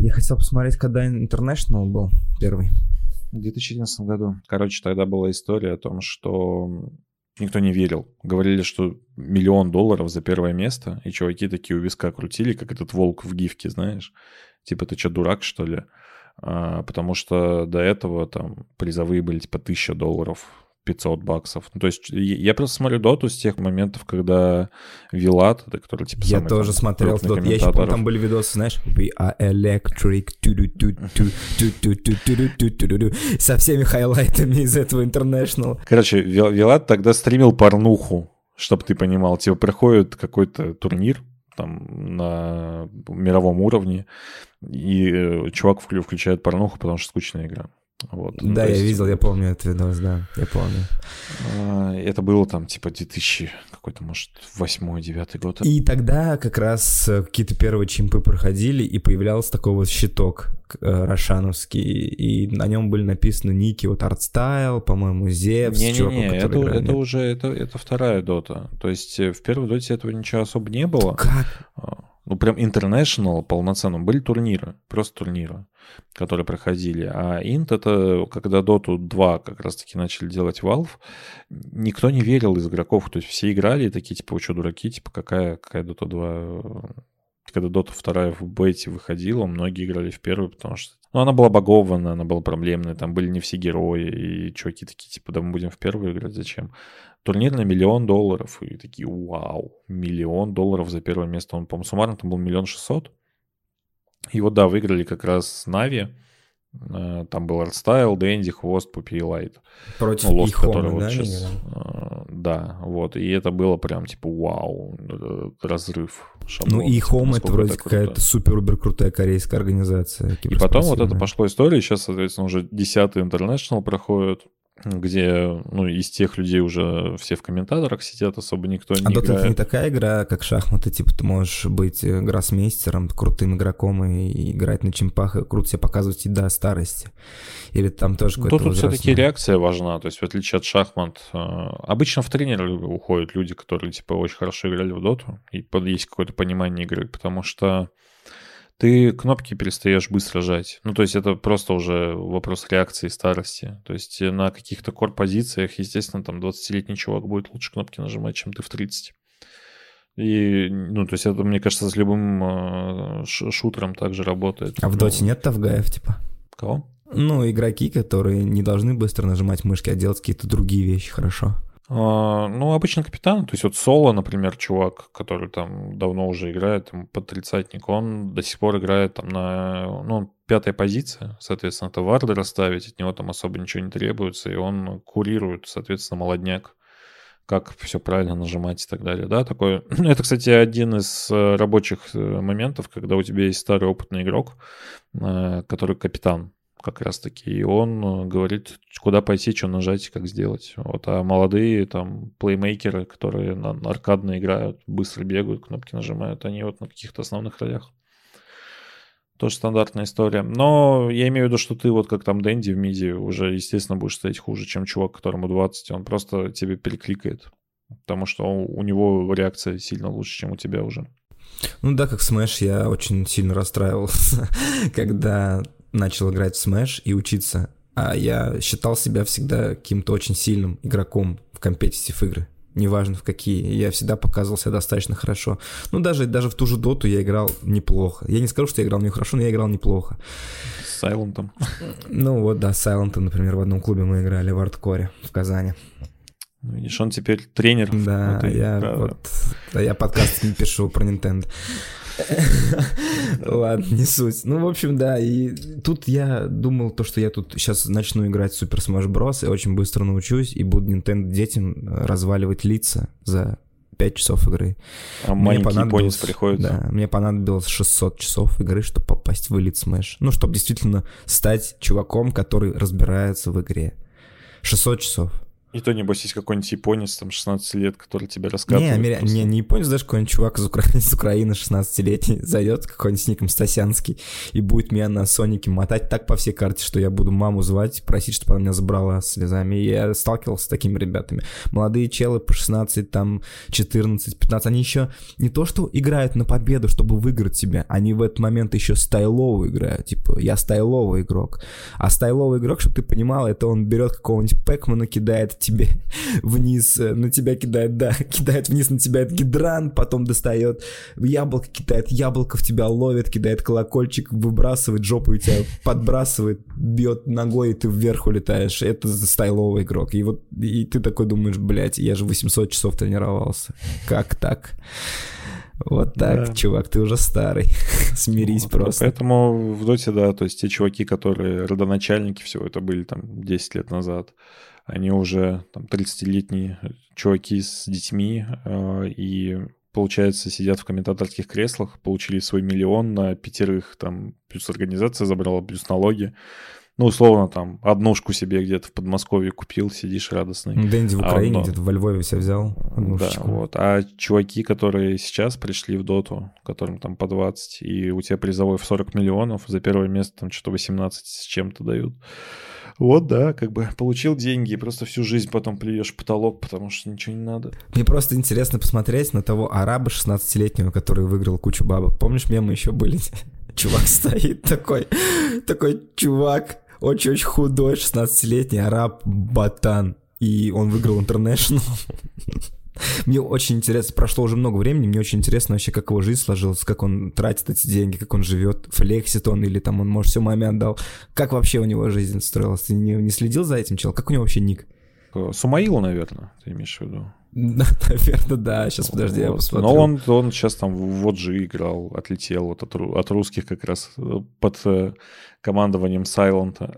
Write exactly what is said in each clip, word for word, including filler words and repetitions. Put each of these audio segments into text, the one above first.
Я хотел посмотреть, когда International был первый. В две тысячи одиннадцатом году. Короче, тогда была история о том, что никто не верил. Говорили, что миллион долларов за первое место, и чуваки такие у виска крутили, как этот волк в гифке, знаешь. Типа, ты что, дурак, что ли? А, потому что до этого там призовые были типа тысяча долларов, пятьсот баксов. Ну, то есть я просто смотрю доту с тех моментов, когда Вилат, это который типа Я самый, тоже там, смотрел доту. Я еще помню, там были видосы, знаешь, We are electric, со всеми хайлайтами из этого International. Короче, Вилат тогда стримил порнуху, чтобы ты понимал. Типа проходит какой-то турнир там на мировом уровне, и чувак включает порнуху, потому что скучная игра. Вот. Да, ну, я есть... видел, я помню этот видос, да, я помню. Это было там типа две тысячи какой-то, может, восьмой-девятый год. И тогда как раз какие-то первые чимпы проходили, и появлялся такой вот щиток рошановский, и на нем были написаны ники, вот Артстайл, по-моему, Зевс. Не-не-не, это, это уже, это, это вторая дота. То есть в первой доте этого ничего особо не было. Как? Ну, прям International полноценно. Были турниры, просто турниры, которые проходили. А Инт — это когда Dota два как раз-таки начали делать Valve, никто не верил из игроков. То есть все играли и такие, типа, вы что, дураки? Типа, какая, какая Dota два... Когда Dota два в бете выходила, многие играли в первую, потому что... Ну, она была багованная, она была проблемная, там были не все герои, и чуваки такие, типа, да мы будем в первую играть, зачем? Турнир на миллион долларов, и такие, вау, миллион долларов за первое место. Он, по-моему, суммарно там был миллион шестьсот. И вот, да, выиграли как раз Нави. Там был Артстайл, Дэнди, Хвост, Пупи и Лайт. Против ну, Лост, который вот да, сейчас... Да, вот. И это было прям, типа, вау, разрыв шаблона. Ну и Home это вроде какая-то супер-убер крутая корейская организация. И потом вот это пошло история. Сейчас, соответственно, уже десятый International проходит, где, ну, из тех людей уже все в комментаторах сидят, особо никто не а играет. А это не такая игра, как шахматы, типа ты можешь быть гроссмейстером, крутым игроком и играть на чемпах, и круто себя показывать и до старости? Или там тоже ну, какой-то тут возрастной... все-таки реакция важна, то есть в отличие от шахмат, обычно в тренеры уходят люди, которые, типа, очень хорошо играли в доту, и есть какое-то понимание игры, потому что ты кнопки перестаешь быстро жать. Ну, то есть это просто уже вопрос реакции старости. То есть на каких-то кор-позициях, естественно, там двадцатилетний чувак будет лучше кнопки нажимать, чем ты в тридцать. И, ну, то есть это, мне кажется, с любым э, шутером также работает. А в доте ну, нет тавгаев, типа? Кого? Ну, игроки, которые не должны быстро нажимать мышки, а делать какие-то другие вещи хорошо. Uh, ну, обычно капитан, то есть вот Соло, например, чувак, который там давно уже играет, там, под тридцатник, он до сих пор играет там на, ну, пятая позиция, соответственно, это варды расставить, от него там особо ничего не требуется, и он курирует, соответственно, молодняк, как все правильно нажимать и так далее, да, такое. Это, кстати, один из рабочих моментов, когда у тебя есть старый опытный игрок, который капитан, как раз-таки, и он говорит, куда пойти, что нажать, как сделать. Вот. А молодые там плеймейкеры, которые на аркадно играют, быстро бегают, кнопки нажимают, они вот на каких-то основных ролях. Тоже стандартная история. Но я имею в виду, что ты вот как там Дэнди в миди уже, естественно, будешь стоять хуже, чем чувак, которому двадцать, он просто тебе перекликает, потому что у него реакция сильно лучше, чем у тебя уже. Ну да, как Smash я очень сильно расстраивался, когда начал играть в Smash и учиться, а я считал себя всегда каким-то очень сильным игроком в компетитив игры, неважно в какие, я всегда показывал себя достаточно хорошо. Ну, даже, даже в ту же доту я играл неплохо. Я не скажу, что я играл не хорошо, но я играл неплохо. С Сайлентом. Ну вот, да, с Сайлентом, например, в одном клубе мы играли в Ардкоре в Казани. Ну, видишь, он теперь тренер. Да, я, да. Вот, да, я подкаст не пишу про Nintendo. Ладно, не суть. Ну, в общем, да, и тут я думал, то, что я тут сейчас начну играть в Super Smash Bros. И очень быстро научусь, и буду Nintendo детям разваливать лица за пять часов игры. А мне маленький японец приходит. Да, мне понадобилось шестьсот часов игры, чтобы попасть в Elite Smash. Ну, чтобы действительно стать чуваком, который разбирается в игре. шестьсот часов. И то, небось, есть какой-нибудь японец, там, шестнадцать лет, который тебя рассказывает. Не, Амери... не, не японец, даже какой-нибудь чувак из, Укра... из Украины шестнадцатилетний зайдет, какой-нибудь с ником Стасянский, и будет меня на Сонике мотать так по всей карте, что я буду маму звать, просить, чтобы она меня забрала слезами. И я сталкивался с такими ребятами. Молодые челы по шестнадцать, там, четырнадцать, пятнадцать, они еще не то, что играют на победу, чтобы выиграть себя, они в этот момент еще стайлово играют. Типа, я стайловый игрок. А стайловый игрок, чтобы ты понимал, это он берет какого-нибудь Пэкмана, кидает тебе вниз, на тебя кидает, да, кидает вниз на тебя этот гидрант, потом достает яблоко, кидает яблоко, в тебя ловит, кидает колокольчик, выбрасывает жопу, и тебя подбрасывает, бьет ногой, и ты вверх улетаешь. Это стайловый игрок. И вот и ты такой думаешь, блядь, я же восемьсот часов тренировался. Как так? Вот так, да. Чувак, ты уже старый. Смирись вот, просто. Поэтому в доте, да, то есть те чуваки, которые родоначальники всего это были там десять лет назад, они уже там тридцатилетние чуваки с детьми, э, и, получается, сидят в комментаторских креслах, получили свой миллион на пятерых, там, плюс организация забрала, плюс налоги. Ну, условно, там, однушку себе где-то в Подмосковье купил, сидишь радостный. Дэнди в Украине, а, где-то во Львове себя взял однушечку. Да, вот. А чуваки, которые сейчас пришли в доту, которым там по двадцать, и у тебя призовой в сорок миллионов, за первое место там что-то восемнадцать с чем-то дают. Вот, да, как бы получил деньги, и просто всю жизнь потом плюешь в потолок, потому что ничего не надо. Мне просто интересно посмотреть на того араба шестнадцатилетнего, который выиграл кучу бабок. Помнишь, мемы еще были? Чувак стоит такой, такой чувак, очень-очень худой, шестнадцатилетний араб, ботан. И он выиграл International. Мне очень интересно, прошло уже много времени, мне очень интересно вообще, как его жизнь сложилась, как он тратит эти деньги, как он живет, флексит он или там он, может, все маме отдал. Как вообще у него жизнь строилась? Ты не, не следил за этим, чел? Как у него вообще ник? Сумаил, наверное, ты имеешь в виду? Наверное, да. Сейчас, подожди, вот. Я посмотрю. Но он, он сейчас там в о джи играл, отлетел вот от, от русских как раз под командованием Сайлента.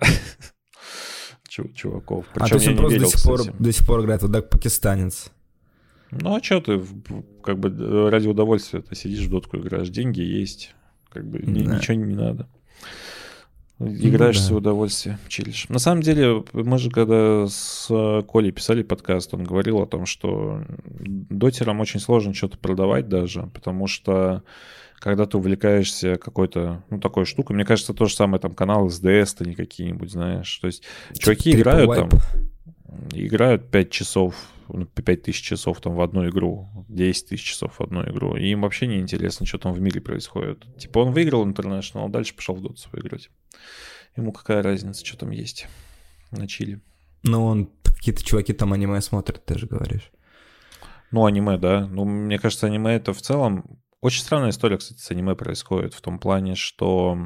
Чуваков. Причем а то есть он просто до сих, пор, до сих пор играет вот так пакистанец. Ну, а что ты, как бы, ради удовольствия ты сидишь в дотку играешь, деньги есть, как бы, да. Ничего не надо. Играешь ну, да. в свое удовольствие, чилишь. На самом деле, мы же когда с Колей писали подкаст, он говорил о том, что дотерам очень сложно что-то продавать даже, потому что когда ты увлекаешься какой-то, ну, такой штукой, мне кажется, то же самое, там, каналы эс ди эс-то не какие-нибудь, знаешь, то есть чуваки Triple играют wipe. Там, играют пять часов, пять тысяч часов там в одну игру, десять тысяч часов в одну игру, и им вообще не интересно, что там в мире происходит. Типа он выиграл International, а дальше пошел в доту свою играть. Ему какая разница, что там есть на чили. Ну, он, какие-то чуваки там аниме смотрят, ты же говоришь. Ну, аниме, да. Ну, мне кажется, аниме это в целом... Очень странная история, кстати, с аниме происходит в том плане, что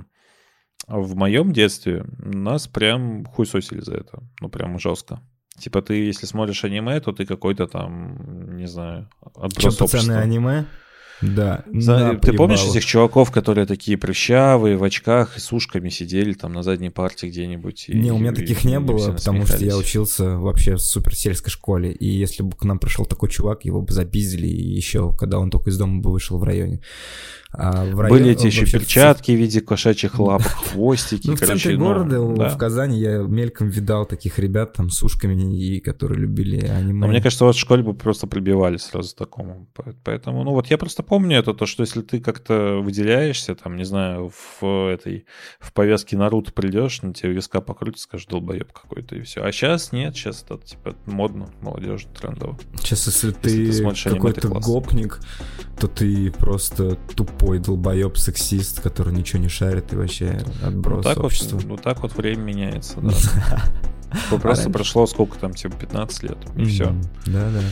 в моем детстве нас прям хуесосили за это. Ну, прям жестко. Типа ты, если смотришь аниме, то ты какой-то там, не знаю, отброс общества. Что, пацаны, аниме? Да. За, ты помнишь этих чуваков, которые такие прыщавые, в очках и с ушками сидели там на задней парте где-нибудь? И, не, у меня и, таких и, не и было, потому что я учился вообще в суперсельской школе, и если бы к нам пришел такой чувак, его бы запиздили еще, когда он только из дома бы вышел в районе. А в районе были эти еще перчатки в виде кошачьих лапок, хвостики. Ну, в центре города, в Казани, я мельком видал таких ребят там с ушками, и которые любили аниме. Но мне кажется, вот в школе бы просто пробивали сразу такому. Поэтому, ну вот я просто помню это, то, что если ты как-то выделяешься, там, не знаю, в этой, в повязке Наруто придешь, на тебе виска покрутят, скажешь, долбоеб какой-то, и все. А сейчас нет, сейчас это, типа, модно, молодежно, трендово. Сейчас, если, если ты, ты какой-то гопник, то ты просто тупой долбоеб, сексист, который ничего не шарит и вообще отброс вот общества. Вот, вот так вот время меняется, да. Просто прошло сколько там, типа, пятнадцать лет, и все. Да, да.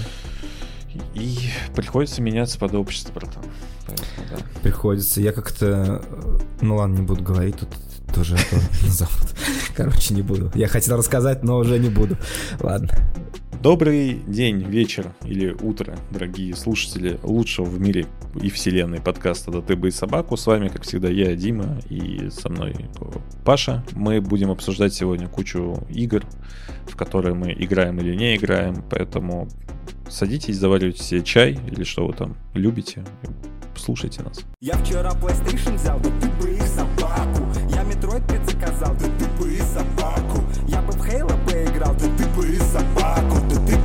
И приходится меняться под общество, братан. Поэтому, да. Приходится. Я как-то... Ну ладно, не буду говорить, тут тоже зовут. Короче, не буду. Я хотел рассказать, но уже не буду. Ладно. Добрый день, вечер или утро, дорогие слушатели лучшего в мире и вселенной подкаста «Да ты бы и собаку». С вами, как всегда, я, Дима, и со мной Паша. Мы будем обсуждать сегодня кучу игр, в которые мы играем или не играем, поэтому садитесь, заваривайте себе чай или что вы там любите, слушайте нас. Я вчера PlayStation взял, да ты бы и собаку. Я Metroid пять заказал, да ты бы и собаку. Я бы в Halo поиграл, да ты бы и собаку. Да ты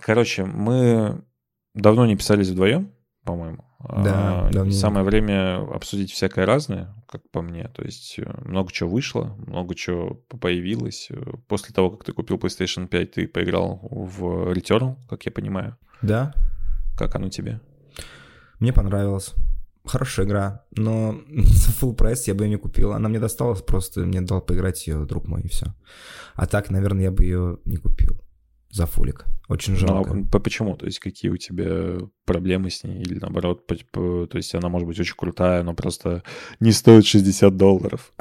Короче, мы давно не писались вдвоем, по-моему. Да, а, давненько. Самое время обсудить всякое разное, как по мне. То есть много чего вышло, много чего появилось. После того, как ты купил PlayStation пять, ты поиграл в Returnal, как я понимаю. Да. Как оно тебе? Мне понравилось. Хорошая игра, но за full прайс я бы ее не купил. Она мне досталась, просто мне дал поиграть ее друг мой, и все. А так, наверное, я бы ее не купил за фулик. Очень жалко. Ну, а почему? То есть какие у тебя проблемы с ней? Или наоборот, по, по, то есть она может быть очень крутая, но просто не стоит шестьдесят долларов.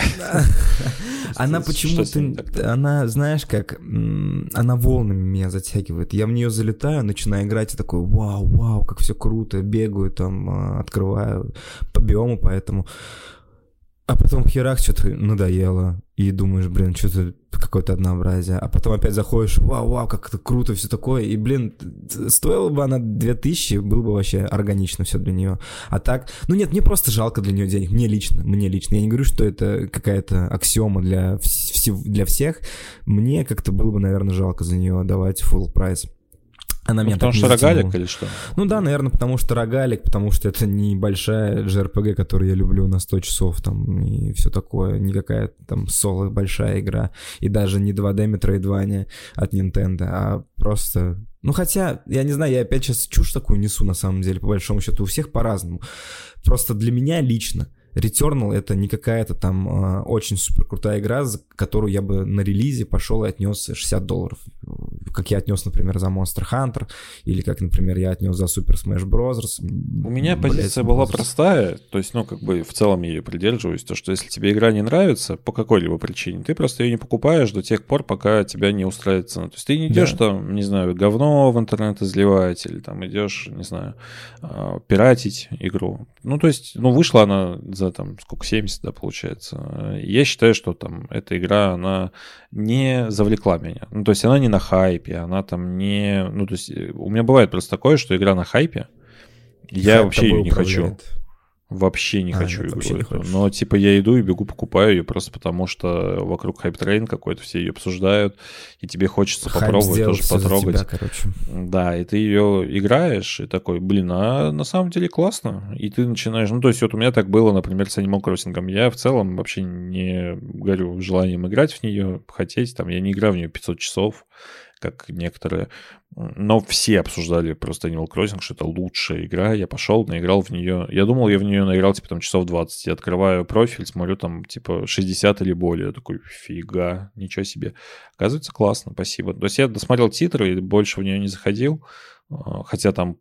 Она почему-то, она, знаешь, как, она волнами меня затягивает. Я в нее залетаю, начинаю играть и такой, вау, вау, как все круто, бегаю там, открываю по биому, поэтому... А потом херак, что-то надоело, и думаешь, блин, что-то какое-то однообразие. А потом опять заходишь, вау, вау, как это круто, все такое. И, блин, стоила бы она две тысячи, было бы вообще органично все для нее. А так, ну нет, мне просто жалко для нее денег, мне лично, мне лично. Я не говорю, что это какая-то аксиома для, вс- для всех. Мне как-то было бы, наверное, жалко за нее давать full прайс. Она ну, меня потому что рогалик или что? Ну да, наверное, потому что рогалик, потому что это небольшая джей ар пи джи, которую я люблю на сто часов там и все такое, не какая-то там соло большая игра, и даже не два дэ Metroidvania от Nintendo, а просто... Ну хотя, я не знаю, я опять сейчас чушь такую несу на самом деле, по большому счету, у всех по-разному. Просто для меня лично Returnal — это не какая-то там э, очень супер крутая игра, за которую я бы на релизе пошел и отнес шестьдесят долларов. Как я отнес, например, за Monster Hunter, или как, например, я отнес за Super Smash Bros. У меня позиция была простая, то есть, ну, как бы в целом я ее придерживаюсь, то, что если тебе игра не нравится по какой-либо причине, ты просто ее не покупаешь до тех пор, пока тебя не устраивает цена. То есть ты не идешь да. там, не знаю, говно в интернет изливать, или там идешь, не знаю, пиратить игру. Ну, то есть, ну, вышла она за там сколько, семьдесят, да, получается. Я считаю, что там эта игра, она не завлекла меня. Ну, то есть она не на хайпе, она там не... Ну, то есть у меня бывает просто такое, что игра на хайпе, я Хайп вообще ее не хочу. Вообще не а, хочу игру не эту. Но типа я иду и бегу, покупаю ее просто потому, что вокруг хайп-трейн какой-то, все ее обсуждают, и тебе хочется Хайп попробовать, тоже потрогать. Тебя, короче. Да, и ты ее играешь, и такой, блин, а на самом деле классно. И ты начинаешь... Ну, то есть вот у меня так было, например, с Animal Crossing. Я в целом вообще не горю желанием играть в нее, хотеть. Там, я не играю в нее пятьсот часов, как некоторые. Но все обсуждали просто Animal Crossing, что это лучшая игра. Я пошел, наиграл в нее. Я думал, я в нее наиграл, типа, там, часов двадцать. Я открываю профиль, смотрю, там, типа, шестьдесят или более. Я такой, фига, ничего себе. Оказывается, классно, спасибо. То есть я досмотрел титры и больше в нее не заходил. Хотя там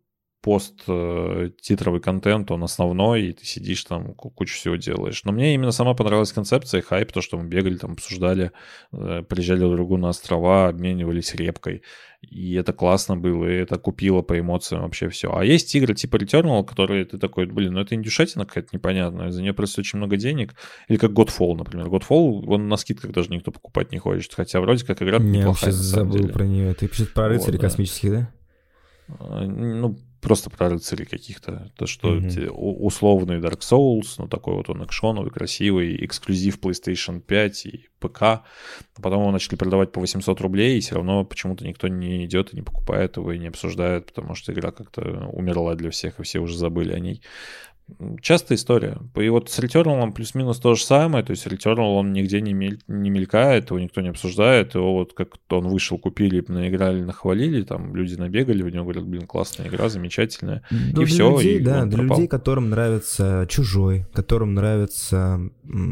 пост-титровый контент, он основной, и ты сидишь там, кучу всего делаешь. Но мне именно сама понравилась концепция, хайп, то, что мы бегали, там, обсуждали, приезжали друг к другу на острова, обменивались репкой. И это классно было, и это купило по эмоциям вообще все. А есть игры типа Returnal, которые ты такой, блин, ну это индюшатина какая-то непонятная, за нее просто очень много денег. Или как Godfall, например. Godfall, он на скидках даже никто покупать не хочет, хотя вроде как игра неплохая. Я вообще забыл деле. про нее. Ты пишешь про рыцарей вот, космических, да? да? Ну, просто про рыцарей каких-то. То, что mm-hmm. условный Dark Souls, ну, такой вот он экшоновый, красивый, эксклюзив PlayStation пять и ПК. Потом его начали продавать по восемьсот рублей, и все равно почему-то никто не идет и не покупает его, и не обсуждает, потому что игра как-то умерла для всех, и все уже забыли о ней. Частая история. И вот с Returnal плюс-минус то же самое. То есть Returnal, он нигде не, мель... не мелькает, его никто не обсуждает. Его вот как он вышел, купили, наиграли, нахвалили, там люди набегали в него, говорят, блин, классная игра, замечательная. Но и для все. Людей, и да, для пропал. людей, которым нравится Чужой, которым нравится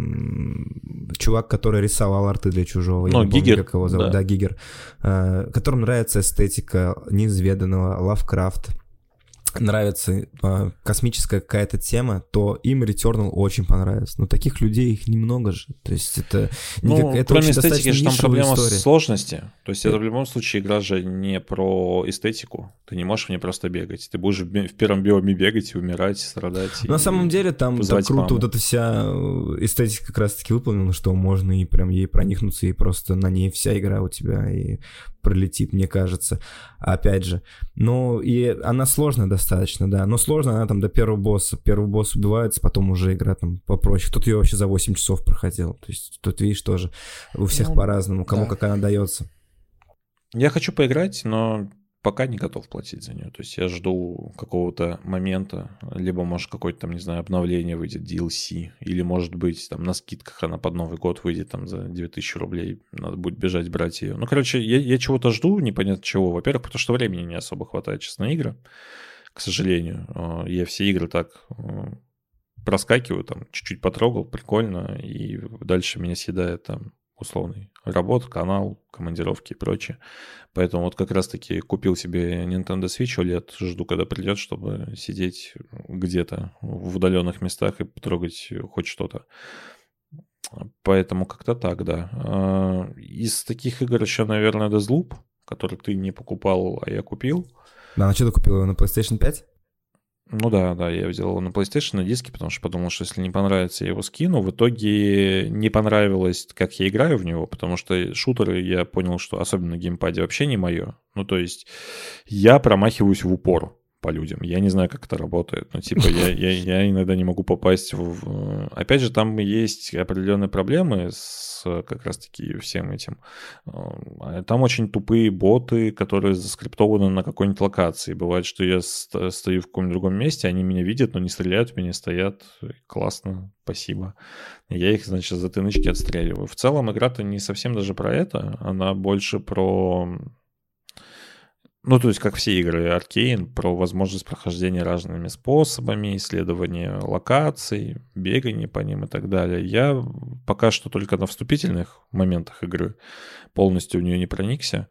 м- чувак, который рисовал арты для Чужого. Ну, Я не помню, Гигер. Как его зовут. Да, да Гигер. Э- которым нравится эстетика неизведанного, Лавкрафт. Нравится э, космическая какая-то тема, то им Returnal очень понравится. Но таких людей их немного же. То есть это... Ну, никак, это кроме эстетики, же там проблема история. Сложности. То есть это в любом случае игра же не про эстетику. Ты не можешь в ней просто бегать. Ты будешь в первом биоме бегать и умирать, и страдать. И на самом деле там так круто маму. Вот эта вся эстетика как раз-таки выполнена, что можно и прям ей проникнуться, и просто на ней вся игра у тебя и пролетит, мне кажется. Опять же. Ну, и она сложная достаточно, да. Но сложно она там до первого босса. Первый босс убивается, потом уже игра там попроще. Кто-то ее вообще за восемь часов проходил. То есть тут, видишь, тоже у всех ну, по-разному. Кому да. как она дается. Я хочу поиграть, но пока не готов платить за нее. То есть я жду какого-то момента, либо, может, какое-то там, не знаю, обновление выйдет, ди эл си, или, может быть, там на скидках она под Новый год выйдет там за две тысячи рублей, надо будет бежать брать ее. Ну, короче, я, я чего-то жду, непонятно чего. Во-первых, потому что времени не особо хватает сейчас на игры, к сожалению. Я все игры так проскакиваю, там, чуть-чуть потрогал, прикольно, и дальше меня съедает там условный работа, канал, командировки и прочее. Поэтому вот как раз-таки купил себе Nintendo Switch о лет, жду, когда придет, чтобы сидеть где-то в удаленных местах и потрогать хоть что-то. Поэтому как-то так, да. Из таких игр еще, наверное, Deathloop, который ты не покупал, а я купил. Да, на что ты купил его, на PlayStation пять? Ну да, да, я взял его на PlayStation, на диске, потому что подумал, что если не понравится, я его скину. В итоге не понравилось, как я играю в него, потому что шутеры, я понял, что особенно на геймпаде вообще не мое. Ну то есть я промахиваюсь в упор по людям. Я не знаю, как это работает. Ну, типа, я, я, я иногда не могу попасть в... Опять же, там есть определенные проблемы с как раз-таки всем этим. Там очень тупые боты, которые заскриптованы на какой-нибудь локации. Бывает, что я стою в каком-нибудь другом месте, они меня видят, но не стреляют, меня стоят. Классно, спасибо. Я их, значит, за тынычки отстреливаю. В целом, игра-то не совсем даже про это. Она больше про... Ну, то есть, как все игры Arcane, про возможность прохождения разными способами, исследования локаций, бегания по ним и так далее. Я пока что только на вступительных моментах игры полностью в нее не проникся.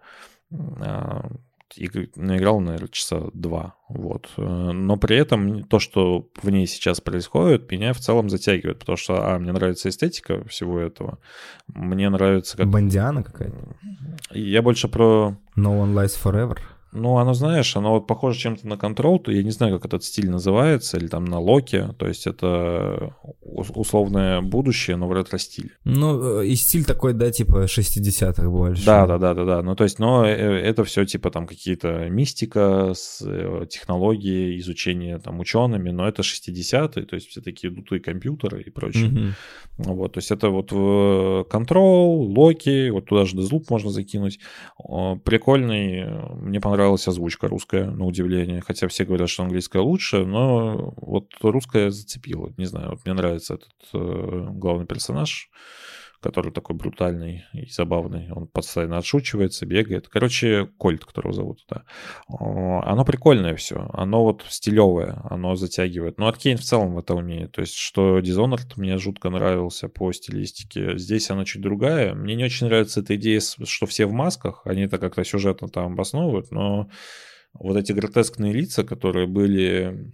Наиграл, наверное, часа два. Вот. Но при этом то, что в ней сейчас происходит, меня в целом затягивает, потому что, а, мне нравится эстетика всего этого. Мне нравится... Как... Бандиана какая-то? Я больше про... No One Lies Forever? Ну, оно, знаешь, оно вот похоже чем-то на Control, то я не знаю, как этот стиль называется, или там на Локи, то есть это условное будущее, но в ретро-стиле. Ну, и стиль такой, да, типа шестидесятых больше. Да, да, да, да, да. Ну, то есть, но это все типа там какие-то мистика, технологии, изучение там учеными, но это шестидесятые, то есть все такие дутые компьютеры и прочее. Mm-hmm. Вот, то есть это вот Control, Локи, вот туда же Deathloop можно закинуть. Прикольный, мне понравилось. Озвучка русская, на удивление. Хотя все говорят, что английская лучше, но вот русская зацепила. Не знаю, вот мне нравится этот э, главный персонаж, который такой брутальный и забавный. Он постоянно отшучивается, бегает. Короче, Кольт, которого зовут, да. Оно прикольное все. Оно вот стилевое, оно затягивает. Но Arcane в целом это умеет. То есть, что Dishonored мне жутко нравился по стилистике. Здесь она чуть другая. Мне не очень нравится эта идея, что все в масках. Они это как-то сюжетно там обосновывают. Но вот эти гротескные лица, которые были...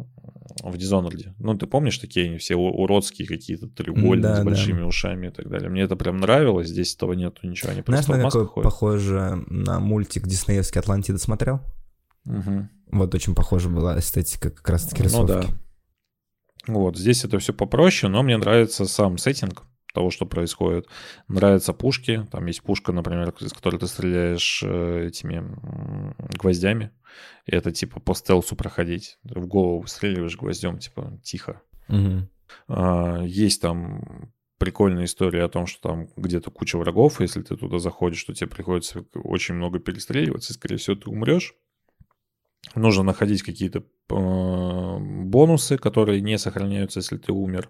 в Dishonored. Ну, ты помнишь, такие они все уродские какие-то, треугольные, да, с большими да. ушами и так далее. Мне это прям нравилось, здесь этого нету ничего. Они Знаешь, просто на в масках какой ходят. Похоже на мультик диснеевский «Атлантида» смотрел? Угу. Вот очень похожа была эстетика как раз-таки рисовки. Ну да. Вот, здесь это все попроще, но мне нравится сам сеттинг того, что происходит. Нравятся пушки. Там есть пушка, например, из которой ты стреляешь этими гвоздями. И это типа по стелсу проходить. В голову выстреливаешь гвоздем, типа тихо. Угу. А, есть там прикольная история о том, что там где-то куча врагов. Если ты туда заходишь, то тебе приходится очень много перестреливаться. И, скорее всего, ты умрешь. Нужно находить какие-то э, бонусы, которые не сохраняются, если ты умер.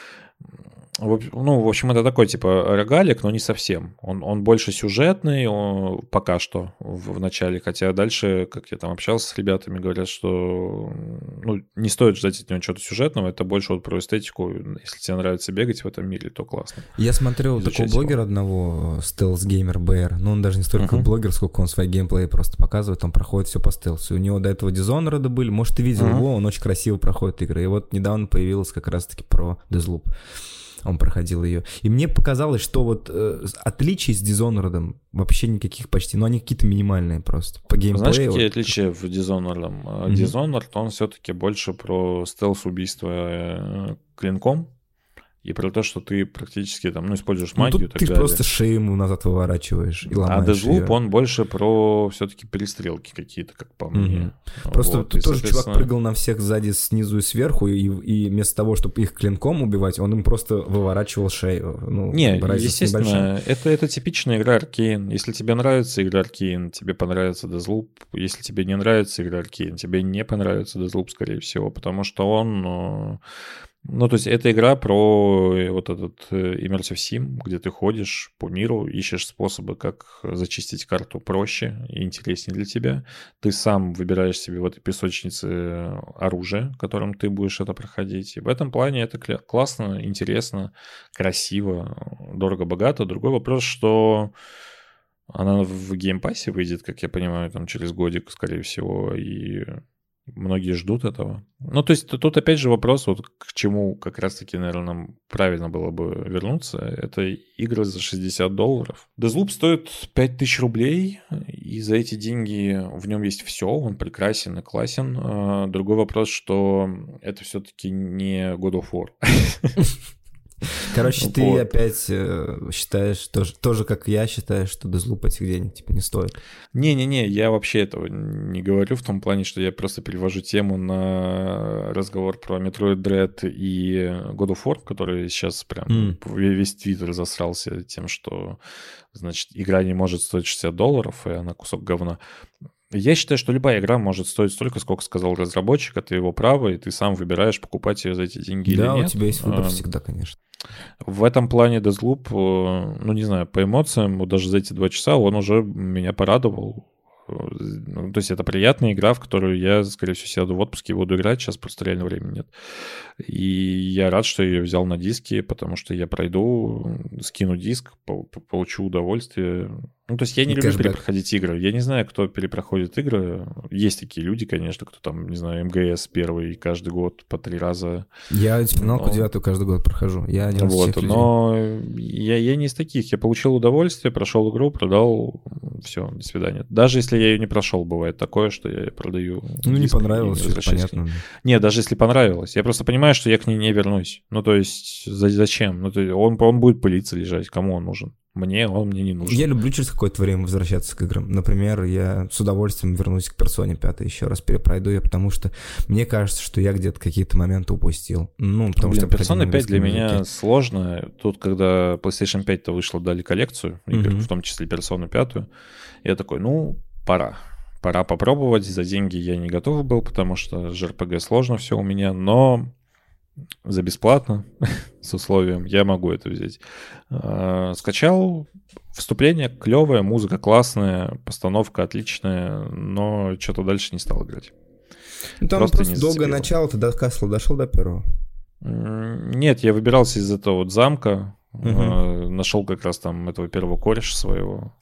Ну, в общем, это такой, типа, рогалик, но не совсем. Он, он больше сюжетный он, пока что в, в начале, хотя дальше, как я там общался с ребятами, говорят, что ну, не стоит ждать от него чего-то сюжетного, это больше вот про эстетику. Если тебе нравится бегать в этом мире, то классно. Я смотрел такого блогера одного, Stealth Gamer би ар, но он даже не столько uh-huh. блогер, сколько он свои геймплеи просто показывает, он проходит все по стелсу. У него до этого Dishonored были, может, ты видел uh-huh. его, он очень красиво проходит игры. И вот недавно появилась как раз-таки про Deathloop. Он проходил ее. И мне показалось, что вот э, отличий с Dishonored вообще никаких почти, но они какие-то минимальные просто. По геймплею. Знаешь, какие вот... отличия в Dishonored? Mm-hmm. Dishonored, он все-таки больше про стелс-убийство клинком. и про то, что ты практически там, ну, используешь Ну, магию тут и так ты далее. просто шею ему назад выворачиваешь и А ломаешь Deathloop, её. он больше про все-таки перестрелки какие-то, как по мне. Мгм. Просто Вот, тут и, тоже чувак соответственно, прыгал на всех сзади, снизу и сверху, и, и вместо того, чтобы их клинком убивать, он им просто выворачивал шею. Ну, Не, как бы разница небольшая. естественно, это, это типичная игра Arkane. Если тебе нравится игра Arkane, тебе понравится Deathloop. Если тебе не нравится игра Arkane, тебе не понравится Deathloop, скорее всего, потому что он... ну, Ну, то есть это игра про э, вот этот э, Immersive Sim, где ты ходишь по миру, ищешь способы, как зачистить карту проще и интереснее для тебя. Ты сам выбираешь себе в этой песочнице оружие, которым ты будешь это проходить. И в этом плане это кля- классно, интересно, красиво, дорого-богато. Другой вопрос, что она в геймпассе выйдет, как я понимаю, там через годик, скорее всего, и многие ждут этого. Ну, то есть т- тут опять же вопрос, вот к чему как раз-таки, наверное, нам правильно было бы вернуться. Это игры за шестьдесят долларов. Deathloop стоит пять тысяч рублей, и за эти деньги в нем есть все, он прекрасен и классен. А, Другой вопрос, что это все-таки не God of War. Короче, ты Вот. опять э, считаешь, тоже, тоже как я считаю, что Deathloop этих денег типа не стоит. Не-не-не, я вообще этого не говорю в том плане, что я просто перевожу тему на разговор про Metroid Dread и God of War, который сейчас прям М. весь твиттер засрался тем, что, значит, игра не может стоить шестьдесят долларов, и она кусок говна. Я считаю, что любая игра может стоить столько, сколько сказал разработчик, это его право, и ты сам выбираешь, покупать ее за эти деньги Да, или нет. у тебя есть выбор А, всегда, конечно. В этом плане Deathloop, э, ну, не знаю, по эмоциям, вот даже за эти два часа он уже меня порадовал. Э, Ну, то есть это приятная игра, в которую я, скорее всего, сяду в отпуске и буду играть, сейчас просто реально времени нет. И я рад, что я ее взял на диске, потому что я пройду, скину диск, по- по- получу удовольствие. Ну, то есть я не И люблю кэшбэк. перепроходить игры. Я не знаю, кто перепроходит игры. Есть такие люди, конечно, кто там, не знаю, эм гэ эс первый каждый год по три раза. Я финалку Но- девятую каждый год прохожу. Я один из Вот, тех людей. но я, я не из таких. Я получил удовольствие, прошел игру, продал, все, до свидания. Даже если я ее не прошел, бывает такое, что я продаю. Ну, не диск и понравилось, не все возвращаюсь к ней. понятно. Нет, даже если понравилось. Я просто понимаю, что я к ней не вернусь. Ну, то есть, за- зачем? Ну, то есть, он, он будет пылиться, лежать. Кому он нужен? Мне, он мне не нужен. Я люблю через какое-то время возвращаться к играм. Например, я с удовольствием вернусь к Persona пять, еще раз перепройду ее, потому что мне кажется, что я где-то какие-то моменты упустил. Ну, потому Блин, что я проходил Persona на пять для английском меня языке. сложно. Тут, когда PlayStation пять-то вышла, дали коллекцию игр, Мгм. в том числе Persona пять, я такой, ну, пора. Пора попробовать. За деньги я не готов был, потому что ж эр пи джи сложно все у меня, но за бесплатно, с условием, я могу это взять. А, Скачал, вступление клевое, музыка классная, постановка отличная, но что-то дальше не стал играть. Ну, там просто просто, не долгое зацепило. начало, ты до Касла дошел до первого. М, Нет, я выбирался из этого вот замка, Мгм. нашел как раз там этого первого кореша своего.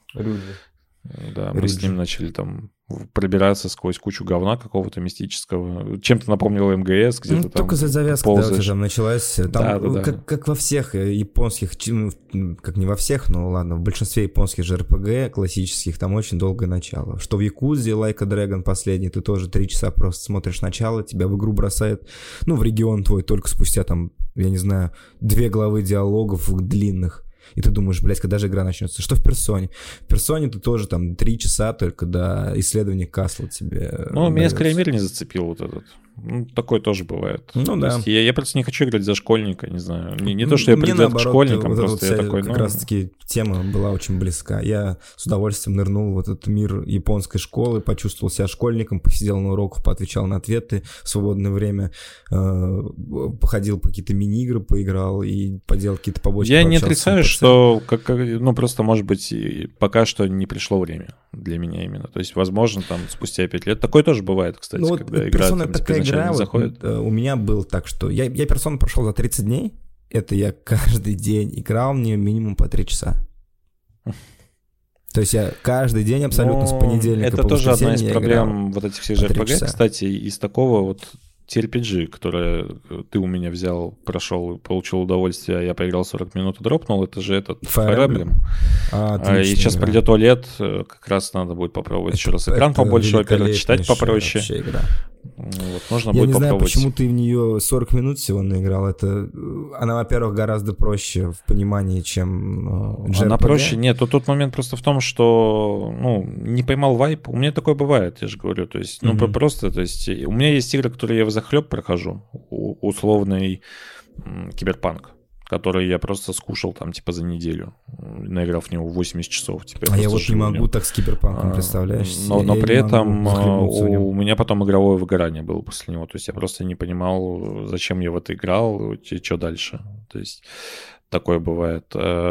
Да, мы с Руджи. ним начали там в- пробираться сквозь кучу говна какого-то мистического. Чем-то напомнил эм гэ эс, где Ну, ты там только за завязка, да, у тебя ползаешь. там началась. Там, Да, да, ну, да. Как, как во всех э, японских, чи- ну, м, как не во всех, но ладно, в большинстве японских же эр пи джи классических там очень долгое начало. Что в Якудзе, Like a Dragon последний, ты тоже три часа просто смотришь начало, тебя в игру бросает, ну, в регион твой только спустя там, я не знаю, две главы диалогов длинных. И ты думаешь, блядь, когда же игра начнется? Что в Персоне? В Персоне ты тоже там три часа только до исследования Касла тебе. Ну, меня дается. скорее мир не зацепил вот этот. Ну, такое тоже бывает. Ну, То да. есть я, я просто не хочу играть за школьника, не знаю. Не, не то, что я Мне приду к наоборот, школьникам, вот эта просто вот я вся такой, как ну... раз-таки тема была очень близка. Я с удовольствием нырнул в этот мир японской школы, почувствовал себя школьником, посидел на уроках, поотвечал на ответы в свободное время, э, походил по какие-то мини-игры, поиграл и поделал какие-то побочки. Я не пообщался с отрицаю, эн пи си. что как, как- ну, просто, может быть, и пока что не пришло время для меня именно. То есть, возможно, там, спустя пять лет. Такое тоже бывает, кстати, Ну вот когда игра Persona там, типа, такая изначально игра, не вот, заходит. э, у меня был так, что я, я Persona прошел за тридцать дней, это я каждый день играл в нее минимум по три часа. То есть я каждый день абсолютно с Ну, понедельника это по тоже одна из воскресенье я играл. проблем вот этих всех по же три эр пи джи, часа. кстати, из такого вот ти ар пи джи, которое ты у меня взял, прошел, получил удовольствие, а я поиграл сорок минут и дропнул, это же этот Fire Fire Emblem. Emblem. А, А, отличная и сейчас игра. придет OLED, э, как раз надо будет попробовать еще раз экран Это побольше, во-первых, читать великолепнейшая попроще. вообще игра. Вот. Можно Я будет не знаю, попробовать. почему ты в нее сорок минут всего наиграл. Это, она, во-первых, гораздо проще в понимании, чем э, джей ар пи джи. Она проще? Нет, тут тот момент просто в том, что, ну, не поймал вайп. У меня такое бывает, я же говорю. То есть, ну, mm-hmm. просто, то есть, у меня есть игры, которые я взахлеб прохожу. Условный м, Киберпанк, который я просто скушал там, типа, за неделю, наиграв в него восемьдесят часов. Теперь а я вот не могу так с Киберпанком, представляешь? Но, но при этом у меня потом игровое выгорание было после него. То есть я просто не понимал, зачем я в это играл, и что дальше. То есть такое бывает.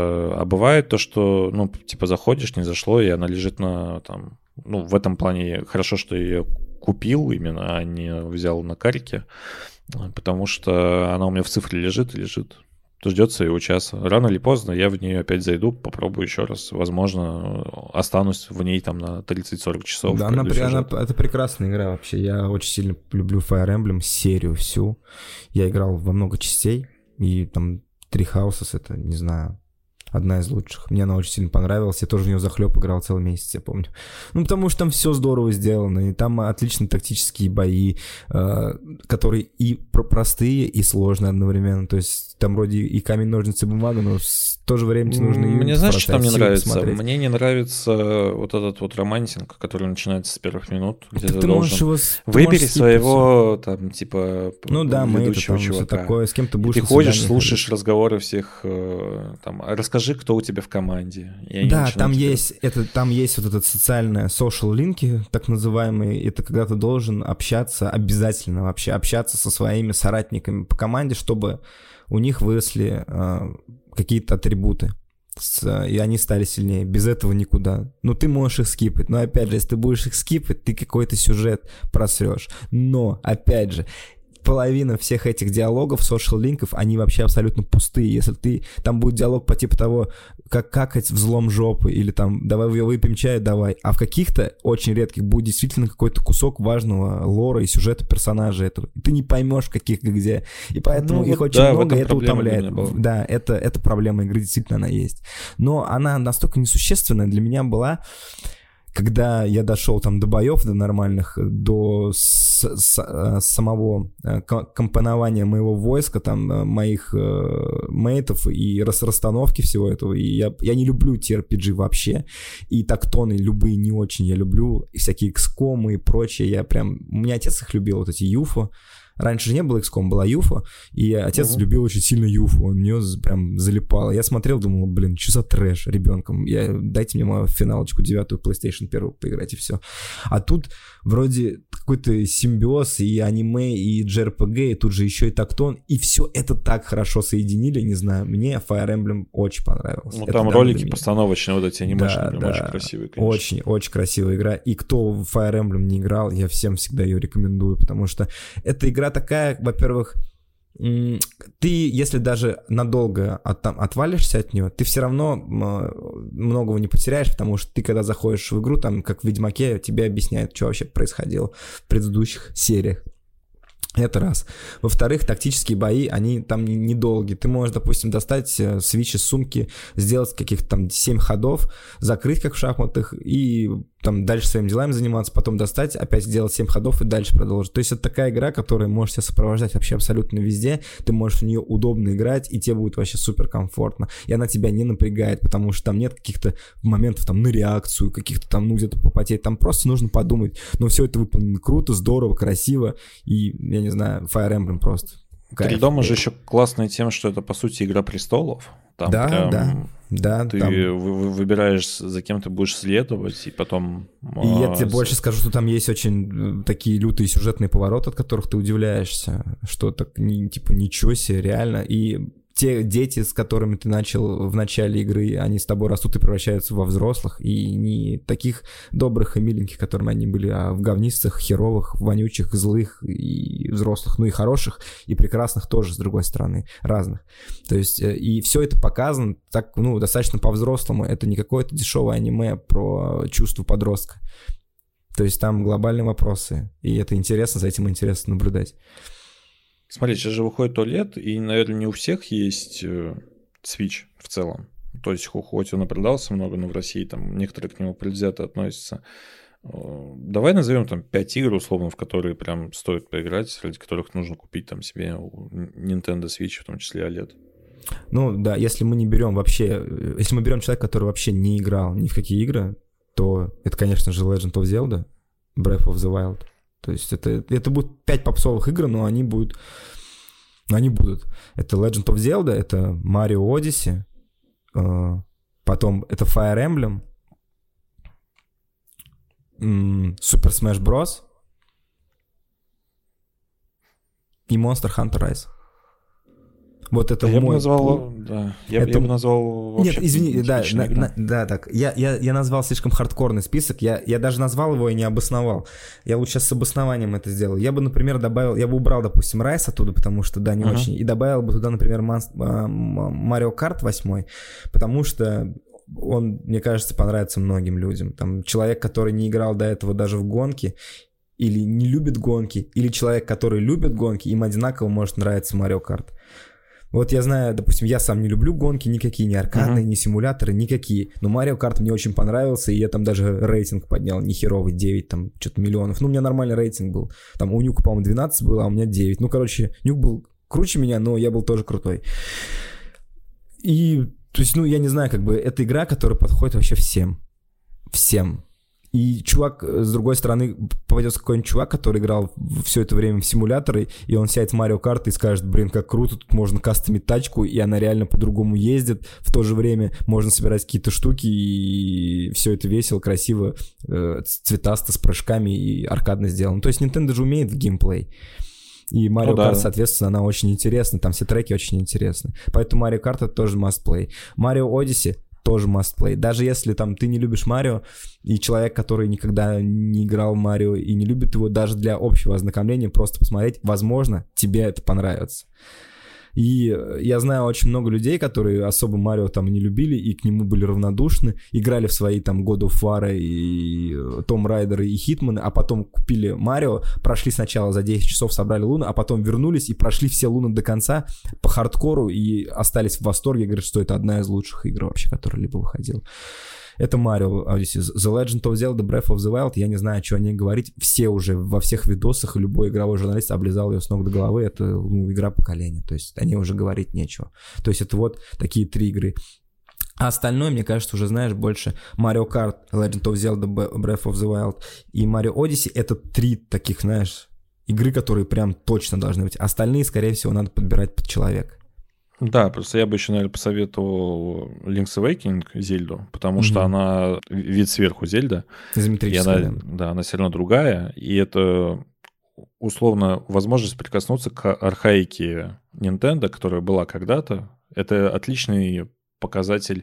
А бывает то, что, ну, типа, заходишь, не зашло, и она лежит на, там, ну, в этом плане хорошо, что я ее купил именно, а не взял на карике, потому что она у меня в цифре лежит и лежит. Ждет своего часа. Рано или поздно я в нее опять зайду, попробую еще раз. Возможно, останусь в ней там на тридцать-сорок часов. Да, она, она, это прекрасная игра вообще. Я очень сильно люблю Fire Emblem, серию всю. Я играл во много частей, и там Three Houses, это, не знаю, одна из лучших. Мне она очень сильно понравилась. Я тоже в нее захлеб играл целый месяц, я помню. Ну, потому что там все здорово сделано. И там отличные тактические бои, э, которые и простые, и сложные одновременно. То есть там вроде и камень, ножницы, бумага, но в то же время тебе нужно... Мне знаешь, что там мне нравится? Посмотреть. Мне не нравится вот этот вот романтинг, который начинается с первых минут. Где ты, ты должен... Его, Выбери своего, там, типа, ну, да, ведущего мы это, там, чувака. Такое, с кем ты будешь... Ты ходишь, слушаешь ходить. разговоры всех, там, расскажи, кто у тебя в команде. И да, там есть, это, там есть вот этот социальные social линки, так называемые. Это когда ты должен общаться, обязательно вообще общаться со своими соратниками по команде, чтобы у них выросли э, какие-то атрибуты, с, и они стали сильнее. Без этого никуда. Ну, ты можешь их скипать, но, опять же, если ты будешь их скипать, ты какой-то сюжет просрешь. Но, опять же, половина всех этих диалогов, social-линков, они вообще абсолютно пустые. Если ты... Там будет диалог по типу того, как какать взлом жопы, или там, давай выпьем чай, давай. А в каких-то, очень редких, будет действительно какой-то кусок важного лора и сюжета персонажа этого. И ты не поймешь, каких и где. И поэтому ну, их вот очень да, много, и это утомляет. Да, это, это проблема игры, действительно она есть. Но она настолько несущественная для меня была... Когда я дошел там до боев, до нормальных, до с, с, самого компонования моего войска, там, моих э, мейтов и рас, расстановки всего этого, и я, я не люблю ти ар пи джи вообще, и тактоны любые не очень я люблю, и всякие икс ком и прочее, я прям... У меня отец их любил, вот эти юфо. Раньше же не было икс ком, была юфа, и отец uh-huh. любил очень сильно юфу, он в нее прям залипал. Я смотрел, думал, блин, что за трэш ребенком, я, дайте мне мою финалочку девятую PlayStation первую поиграть, и все. А тут вроде какой-то симбиоз, и аниме, и джей ар пи джи, и тут же еще и тактон, и все это так хорошо соединили, не знаю, мне Fire Emblem очень понравилось. Ну это там ролики постановочные, вот эти анимешные, да, да. очень красивые, конечно. Очень, очень красивая игра, и кто в Fire Emblem не играл, я всем всегда ее рекомендую, потому что эта игра такая, во-первых, ты, если даже надолго от, там, отвалишься от нее, ты все равно многого не потеряешь, потому что ты, когда заходишь в игру, там, как в Ведьмаке, тебе объясняют, что вообще происходило в предыдущих сериях. Это раз. Во-вторых, тактические бои, они там недолгие. Ты можешь, допустим, достать свитч из сумки, сделать каких-то там семь ходов, закрыть, как в шахматах, и там дальше своими делами заниматься, потом достать, опять сделать семь ходов и дальше продолжить. То есть это такая игра, которая может тебя сопровождать вообще абсолютно везде. Ты можешь в нее удобно играть, и тебе будет вообще супер комфортно. И она тебя не напрягает, потому что там нет каких-то моментов там на реакцию, каких-то там, ну, где-то попотеть. Там просто нужно подумать. Но все это выполнено круто, здорово, красиво, и, я не знаю, Fire Emblem просто. Три дома же еще классная тем, что это, по сути, Игра престолов. Там да, прям да, да. Ты там... выбираешь, за кем ты будешь следовать, и потом... И а, я тебе с... больше скажу, что там есть очень такие лютые сюжетные повороты, от которых ты удивляешься, что так, не, типа, ничего себе, реально. И те дети, с которыми ты начал в начале игры, они с тобой растут и превращаются во взрослых, и не таких добрых и миленьких, которыми они были, а в говнистых, херовых, вонючих, злых и взрослых, ну и хороших, и прекрасных тоже, с другой стороны, разных. То есть, и все это показано так, ну, достаточно по-взрослому. Это не какое-то дешевое аниме про чувство подростка. То есть там глобальные вопросы, и это интересно, за этим интересно наблюдать. Смотри, сейчас же выходит OLED, и, наверное, не у всех есть Switch в целом. То есть, хоть он и продался много, но в России там некоторые к нему предвзято относятся. Давай назовем там пять игр, условно, в которые прям стоит поиграть, ради которых нужно купить там себе Nintendo Switch, в том числе о лед. Ну да, если мы не берем вообще, если мы берем человека, который вообще не играл ни в какие игры, то это, конечно же, Legend of Zelda, Breath of the Wild. То есть это, это будут пять попсовых игр, но они будут, они будут. Это Legend of Zelda, это Mario Odyssey, э, потом это Fire Emblem, Super Smash Bros. И Monster Hunter Rise. Вот это я мой... Бы назвал, да, я, это... я бы назвал... Нет, извини, да, на, на, да, так. Я, я, я назвал слишком хардкорный список. Я, я даже назвал его и не обосновал. Я лучше сейчас с обоснованием это сделал. Я бы, например, добавил... Я бы убрал, допустим, Rise оттуда, потому что, да, не uh-huh. очень. И добавил бы туда, например, Mario Kart восемь, потому что он, мне кажется, понравится многим людям. Там человек, который не играл до этого даже в гонки, или не любит гонки, или человек, который любит гонки, им одинаково может нравиться Mario Kart. Вот я знаю, допустим, я сам не люблю гонки никакие, ни аркадные, uh-huh. ни симуляторы, никакие. Но Mario Kart мне очень понравился, и я там даже рейтинг поднял, не херовый, девять там, что-то миллионов. Ну, у меня нормальный рейтинг был. Там у Нюка, по-моему, двенадцать было, а у меня девять. Ну, короче, Нюк был круче меня, но я был тоже крутой. И, то есть, ну, я не знаю, как бы, это игра, которая подходит вообще всем. Всем. И чувак, с другой стороны, попадется какой-нибудь чувак, который играл все это время в симуляторы, и он сядет в Mario Kart и скажет: блин, как круто, тут можно кастомить тачку, и она реально по-другому ездит. В то же время можно собирать какие-то штуки, и все это весело, красиво, цветасто, с прыжками и аркадно сделано. То есть Nintendo же умеет в геймплей. И Mario ну, Kart, да. соответственно, она очень интересна, там все треки очень интересны. Поэтому Mario Kart — это тоже must play. Mario Odyssey тоже must play. Даже если там ты не любишь Марио, и человек, который никогда не играл в Марио и не любит его, даже для общего ознакомления просто посмотреть, возможно, тебе это понравится. И я знаю очень много людей, которые особо Марио там не любили и к нему были равнодушны, играли в свои там God of War и Tomb Raider и Hitman, а потом купили Марио, прошли сначала за десять часов, собрали Луну, а потом вернулись и прошли все Луны до конца по хардкору и остались в восторге, говорят, что это одна из лучших игр вообще, которая либо выходила. Это Mario Odyssey. The Legend of Zelda, Breath of the Wild, я не знаю, что о ней говорить. Все уже во всех видосах, любой игровой журналист облизал ее с ног до головы. Это ну, игра поколения, то есть о ней уже говорить нечего. То есть это вот такие три игры. А остальное, мне кажется, уже знаешь больше. Mario Kart, Legend of Zelda, Breath of the Wild и Mario Odyssey — это три таких, знаешь, игры, которые прям точно должны быть. Остальные, скорее всего, надо подбирать под человека. Да, просто я бы еще, наверное, посоветовал Link's Awakening Зельду, потому mm-hmm. что она вид сверху Зельда. Изометрическая, она, да. Да, она все равно другая, и это условно возможность прикоснуться к архаике Nintendo, которая была когда-то. Это отличный показатель,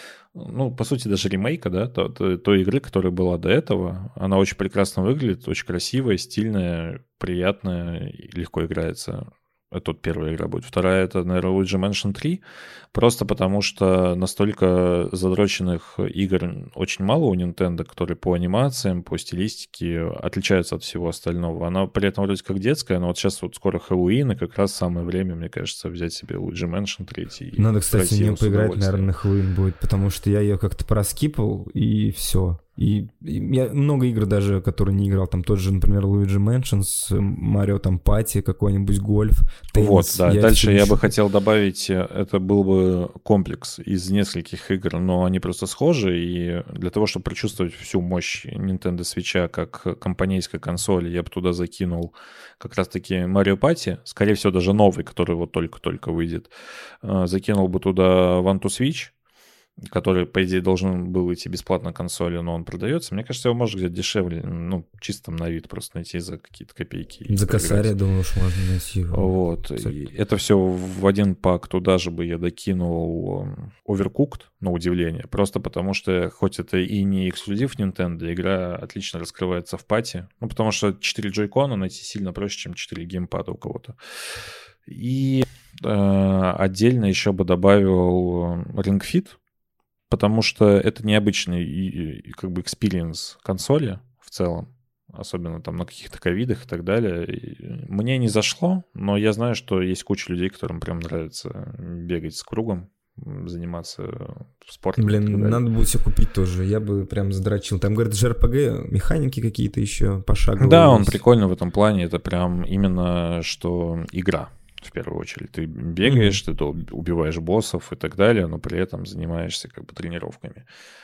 ну, по сути, даже ремейка, да, той, той игры, которая была до этого. Она очень прекрасно выглядит, очень красивая, стильная, приятная, легко играется. Это тут первая игра будет. Вторая — это, наверное, Luigi Mansion три. Просто потому, что настолько задроченных игр очень мало у Nintendo, которые по анимациям, по стилистике отличаются от всего остального. Она при этом вроде как детская, но вот сейчас вот скоро Хэллоуин, и как раз самое время, мне кажется, взять себе Luigi Mansion три. Надо, кстати, в нее поиграть, наверное, на Хэллоуин будет, потому что я ее как-то проскипал, и все. И, и я много игр даже, которые не играл, там тот же, например, Luigi Mansion, Mario там Пати, какой-нибудь гольф, теннис. Вот, да, я дальше я бы хотел добавить, это был бы комплекс из нескольких игр, но они просто схожи, и для того, чтобы прочувствовать всю мощь Nintendo Switch как компанейской консоли, я бы туда закинул как раз-таки Mario Party, скорее всего, даже новый, который вот только-только выйдет, закинул бы туда One to Switch, который, по идее, должен был идти бесплатно на консоли, но он продается. Мне кажется, его можно где-то дешевле, ну, чисто там на вид просто найти за какие-то копейки. За косарь, я думаю, что можно найти. Вот. И это все в один пак. Туда же бы я докинул Overcooked, на удивление. Просто потому что, хоть это и не эксклюзив Nintendo, игра отлично раскрывается в пати. Ну, потому что четыре джойкона найти сильно проще, чем четыре геймпада у кого-то. И э, отдельно еще бы добавил Ring Fit, потому что это необычный как бы экспириенс консоли в целом, особенно там на каких-то ковидах и так далее. И мне не зашло, но я знаю, что есть куча людей, которым прям нравится бегать с кругом заниматься спортом. Блин, надо будет себе купить тоже. Я бы прям задрочил. Там, говорят, джей ар пи джи, механики какие-то еще пошаговые. Да, он прикольный в этом плане. Это прям именно что игра. В первую очередь. Ты бегаешь, mm-hmm. ты убиваешь боссов и так далее, но при этом занимаешься как бы тренировками.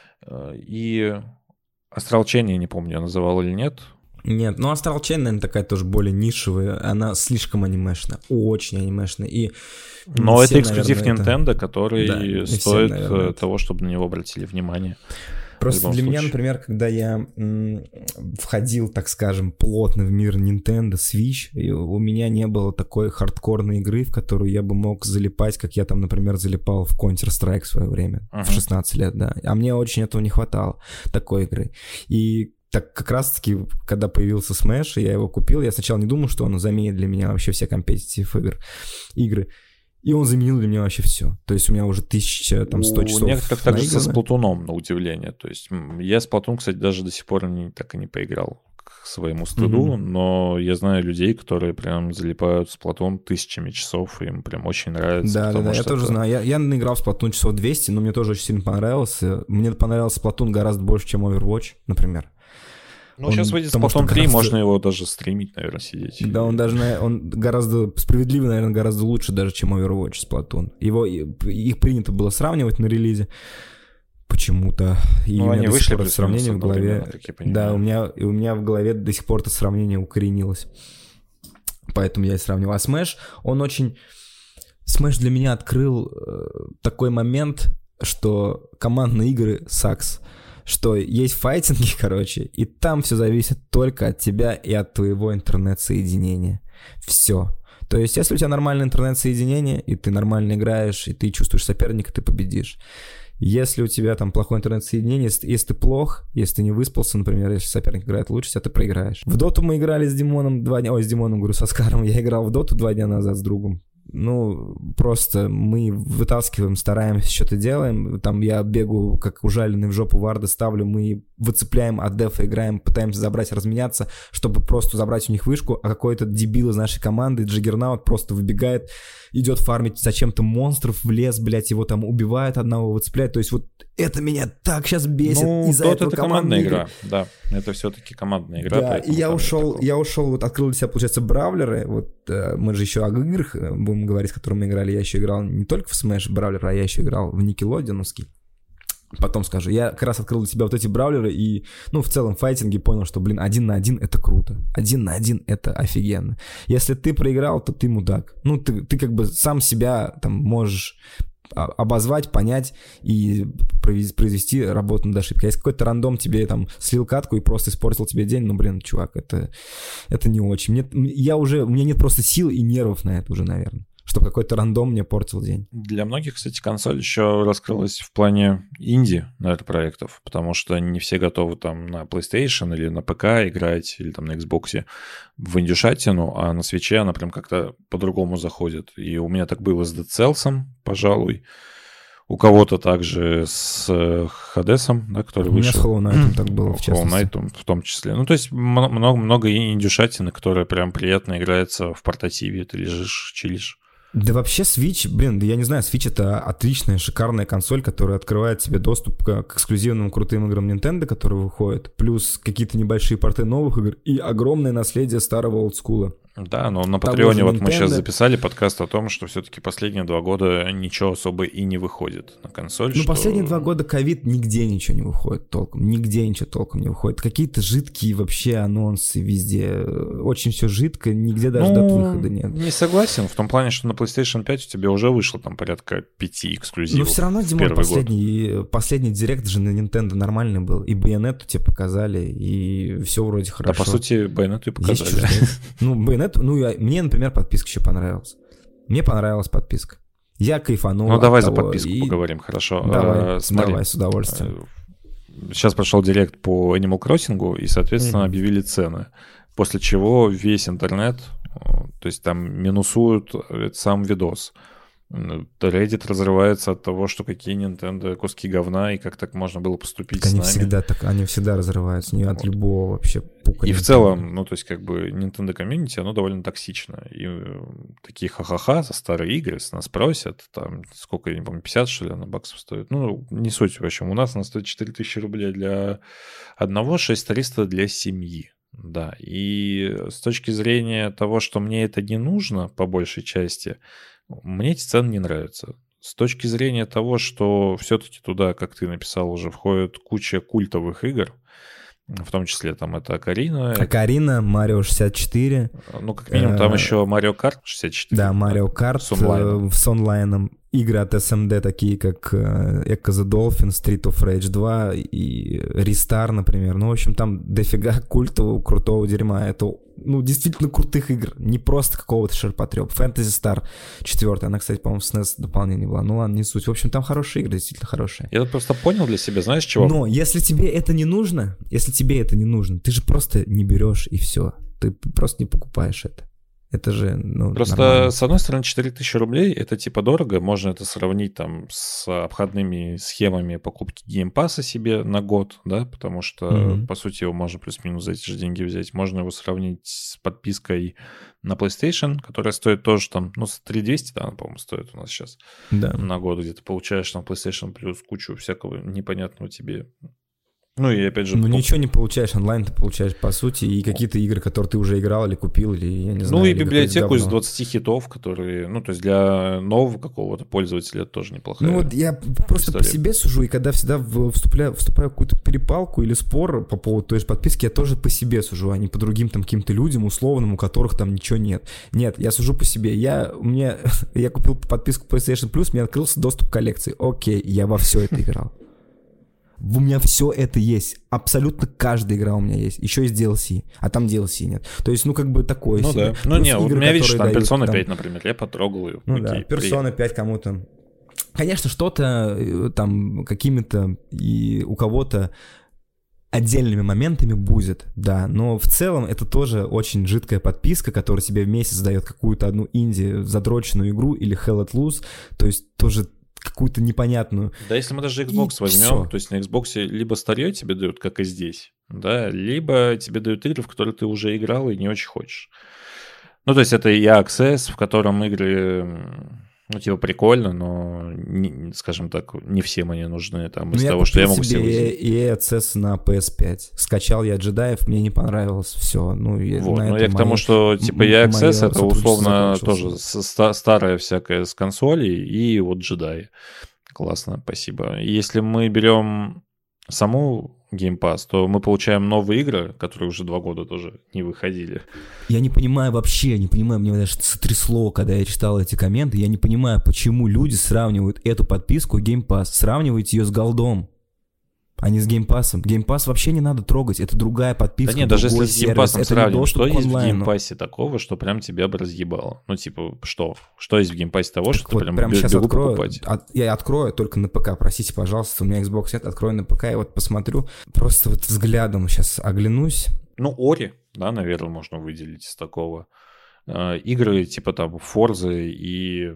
И Astral Chain, я не помню, я называл или нет. Нет, ну Astral Chain, наверное, такая тоже более нишевая. Она слишком анимешная, очень анимешная. И но это все, эксклюзив наверное, Nintendo, это... который да, стоит все, наверное, того, чтобы на него обратили внимание. Просто для случае. меня, например, когда я м, входил, так скажем, плотно в мир Nintendo Switch, и у меня не было такой хардкорной игры, в которую я бы мог залипать, как я там, например, залипал в Counter-Strike в свое время, uh-huh. в шестнадцать лет, да. А мне очень этого не хватало, такой игры. И так как раз-таки, когда появился Smash, я его купил, я сначала не думал, что он заменит для меня вообще все компетитив игр, игры. И он заменил для меня вообще все. То есть у меня уже тысяча, там, сто часов. У некоторых также со Сплатуном, на удивление. То есть я Сплатун, кстати, даже до сих пор не, так и не поиграл к своему стыду, mm-hmm. но я знаю людей, которые прям залипают в Сплатун тысячами часов, им прям очень нравится. Да, да, да, я тоже это... знаю. Я, я наиграл в Сплатун часов двести, но мне тоже очень сильно понравился. Мне понравился Сплатун гораздо больше, чем Overwatch, например. Ну, он, сейчас выйдет Splatoon три, гораздо... можно его даже стримить, наверное, сидеть. Да, он даже, он гораздо, справедливо, наверное, гораздо лучше даже, чем Overwatch Splatoon. Его, их принято было сравнивать на релизе почему-то. И ну, у меня они до вышли сих пор сравнение в голове. Как я понимаю. Да, у меня, и у меня в голове до сих пор это сравнение укоренилось. Поэтому я и сравнивал. А Smash, он очень... Smash для меня открыл э, такой момент, что командные игры сакс. Что есть файтинги, короче, и там все зависит только от тебя и от твоего интернет-соединения. Все. То есть, если у тебя нормальное интернет-соединение, и ты нормально играешь, и ты чувствуешь соперника, ты победишь. Если у тебя там плохое интернет-соединение, если, если ты плох, если ты не выспался, например, если соперник играет лучше тебя, ты проиграешь. В доту мы играли с Димоном два дня... Ой, с Димоном, говорю, со Скаром. Я играл в доту два дня назад с другом. Ну, просто мы вытаскиваем, стараемся, что-то делаем. Там я бегу, как ужаленный в жопу варды, ставлю, мы выцепляем от дефа, играем, пытаемся забрать, разменяться, чтобы просто забрать у них вышку, а какой-то дебил из нашей команды, Джаггернаут, просто выбегает, идет фармить зачем-то монстров в лес, блядь, его там убивает одного, выцепляет. То есть вот это меня так сейчас бесит. Ну, из-за этого это командная игра, да, это все-таки командная игра. Да, и я ушел, я ушел, вот открыл для себя, получается, бравлеры, вот э, мы же еще о играх будем говорить, в которые мы играли, я еще играл не только в Smash бравлер, а я еще играл в Никелодеоновский. Потом скажу. Я как раз открыл для себя вот эти бравлеры и, ну, в целом файтинге понял, что, блин, один на один это круто. Один на один это офигенно. Если ты проиграл, то ты мудак. Ну, ты, ты как бы сам себя там можешь обозвать, понять и произвести работу над ошибкой. Если какой-то рандом тебе там слил катку и просто испортил тебе день, ну, блин, чувак, это, это не очень. Мне, я уже, у меня нет просто сил и нервов на это уже, наверное, чтобы какой-то рандом мне портил день. Для многих, кстати, консоль еще раскрылась в плане инди, наверное, проектов, потому что не все готовы там на PlayStation или на ПК играть, или там на Xbox в индюшатину, а на свитче она прям как-то по-другому заходит. И у меня так было с Dead Cells, пожалуй. У кого-то также с Хадесом, да, который вышел. У меня с Hollow Knight так было, в частности. Hollow Knight в том числе. Ну, то есть много, много индюшатины, которая прям приятно играется в портативе. Ты лежишь, чилишь. Да вообще Switch, блин, да я не знаю, Switch — это отличная, шикарная консоль, которая открывает тебе доступ к, к эксклюзивным крутым играм Nintendo, которые выходят, плюс какие-то небольшие порты новых игр и огромное наследие старого олдскула. Да, но на Патреоне вот мы сейчас записали подкаст о том, что все-таки последние два года ничего особо и не выходит на консоль. Ну, что... последние два года ковид, нигде ничего не выходит толком, нигде ничего толком не выходит. Какие-то жидкие вообще анонсы везде, очень все жидко, нигде даже ну, дат выхода нет. Не согласен, в том плане, что на PlayStation пять у тебя уже вышло там порядка пяти эксклюзивов. Но все равно, Димон, последний, последний директ же на Nintendo нормальный был, и Bayonetta тебе показали, и все вроде хорошо. Да, по сути, Bayonetta и показали. Ну, Bayonetta, ну, я, мне, например, подписка еще понравилась. Мне понравилась подписка. Я кайфанул. Ну, давай за подписку и... поговорим, хорошо. Давай, а, смотри, давай, с удовольствием. Сейчас прошел директ по Animal Crossing, и, соответственно, mm-hmm. объявили цены. После чего весь интернет, то есть там минусуют сам видос. Reddit разрывается от того, что какие Nintendo куски говна, и как так можно было поступить так с они нами. Всегда так, они всегда разрываются, не от Вот. любого вообще пука. И Nintendo. в целом, ну, то есть, как бы, Nintendo комьюнити, оно довольно токсично. И э, такие ха-ха-ха за старые игры с нас просят, там, сколько, я не помню, пятьдесят, что ли, она баксов стоит. Ну, не суть, в общем. У нас она стоит четыре тысячи рублей для одного, шесть тысяч триста для семьи. Да, и с точки зрения того, что мне это не нужно, по большей части, мне эти цены не нравятся. С точки зрения того, что все-таки туда, как ты написал, уже входит куча культовых игр, в том числе там это Окарина. Окарина, Марио шестьдесят четыре. Ну, как минимум, там Э, еще Марио Карт шестьдесят четыре. Да, Марио Карт с онлайном. э, с онлайном. Игры от эс эм ди, такие как э, Echo the Dolphin, Street of Rage два и Ristar, например. Ну, в общем, там дофига культового, крутого дерьма. Это, ну, действительно крутых игр. Не просто какого-то ширпотреб. Fantasy Star четыре. Она, кстати, по-моему, с эн и эс дополнение была. Ну, ладно, не суть. В общем, там хорошие игры, действительно хорошие. Я просто понял для себя, знаешь, чего? Но если тебе это не нужно, если тебе это не нужно, ты же просто не берешь и все. Ты просто не покупаешь это. Это же, ну, Просто, нормально. с одной стороны, четыре тысячи рублей — это типа дорого. Можно это сравнить там с обходными схемами покупки геймпасса себе на год, да, потому что, Мгм. по сути, его можно плюс-минус за эти же деньги взять. Можно его сравнить с подпиской на PlayStation, которая стоит тоже там, ну, с три тысячи двести, да, она, по-моему, стоит у нас сейчас Да. на год, где ты получаешь там PlayStation плюс кучу всякого непонятного тебе. Ну, и опять же... Ну, ну, ничего не получаешь онлайн, ты получаешь, по сути, и какие-то игры, которые ты уже играл или купил, или, я не знаю... Ну и или библиотеку какое-то из говно. двадцати хитов, которые, ну, то есть для нового какого-то пользователя это тоже неплохая. Ну вот я просто история. по себе сужу, и когда всегда в- вступляю, вступаю в какую-то перепалку или спор по поводу той же подписки, я тоже по себе сужу, а не по другим там каким-то людям условным, у которых там ничего нет. Нет, я сужу по себе. Я, у меня, я купил подписку PlayStation Plus, мне открылся доступ к коллекции. Окей, я во все это играл. У меня все это есть. Абсолютно каждая игра у меня есть. Еще есть ди эл си. А там ди эл си нет. То есть, ну, как бы такое Ну себе. да. Ну Плюс не, вот у игры, меня, видишь, которые там дают, Persona там- пять, например, я потрогал ее. Ну Окей, да, приятно. Persona пять кому-то. Конечно, что-то э, там какими-то и у кого-то отдельными моментами будет, да, но в целом это тоже очень жидкая подписка, которая тебе в месяц дает какую-то одну инди задроченную игру или Hell at Loose, то есть тоже какую-то непонятную. Да, если мы даже Xbox И возьмем, всё. то есть на Xbox либо старье тебе дают, как и здесь, да, либо тебе дают игры, в которые ты уже играл и не очень хочешь. Ну, то есть это и Access, в котором игры, м, ну, типа, прикольно, но, не- скажем так, не всем они нужны, там, из Ну, того, что я могу себе себе выделить. и и Access на пи эс пять. Скачал я джедаев, мне не понравилось, все. Ну, я, Вот, на но этом я к тому, мои- что типа м- и Access моё это сотрудничество условно закончилось. тоже с- ста- старая всякая с консолей и вот джедаи. Классно, спасибо. И если мы берем саму Game Pass, то мы получаем новые игры, которые уже два года тоже не выходили. Я не понимаю вообще, не понимаю, мне даже сотрясло, когда я читал эти комменты, я не понимаю, почему люди сравнивают эту подписку Game Pass, сравнивают ее с голдом, а не с Game Pass'ом. Game Pass вообще не надо трогать, это другая Да подписка, нет, даже если другой с сервис, геймпассом это не сравним, доступ что к есть в онлайну. геймпассе такого, что прям тебя бы разъебало? Ну, типа, что? Что есть в геймпассе того, Так что вот, ты прям, прямо бе- сейчас бегу открою, покупать? от- я открою только на ПК, простите, пожалуйста, у меня Xbox нет, открою на ПК и вот посмотрю, просто вот взглядом сейчас оглянусь. Ну, Ори, да, наверное, можно выделить из такого. Э, Игры типа там Форзы и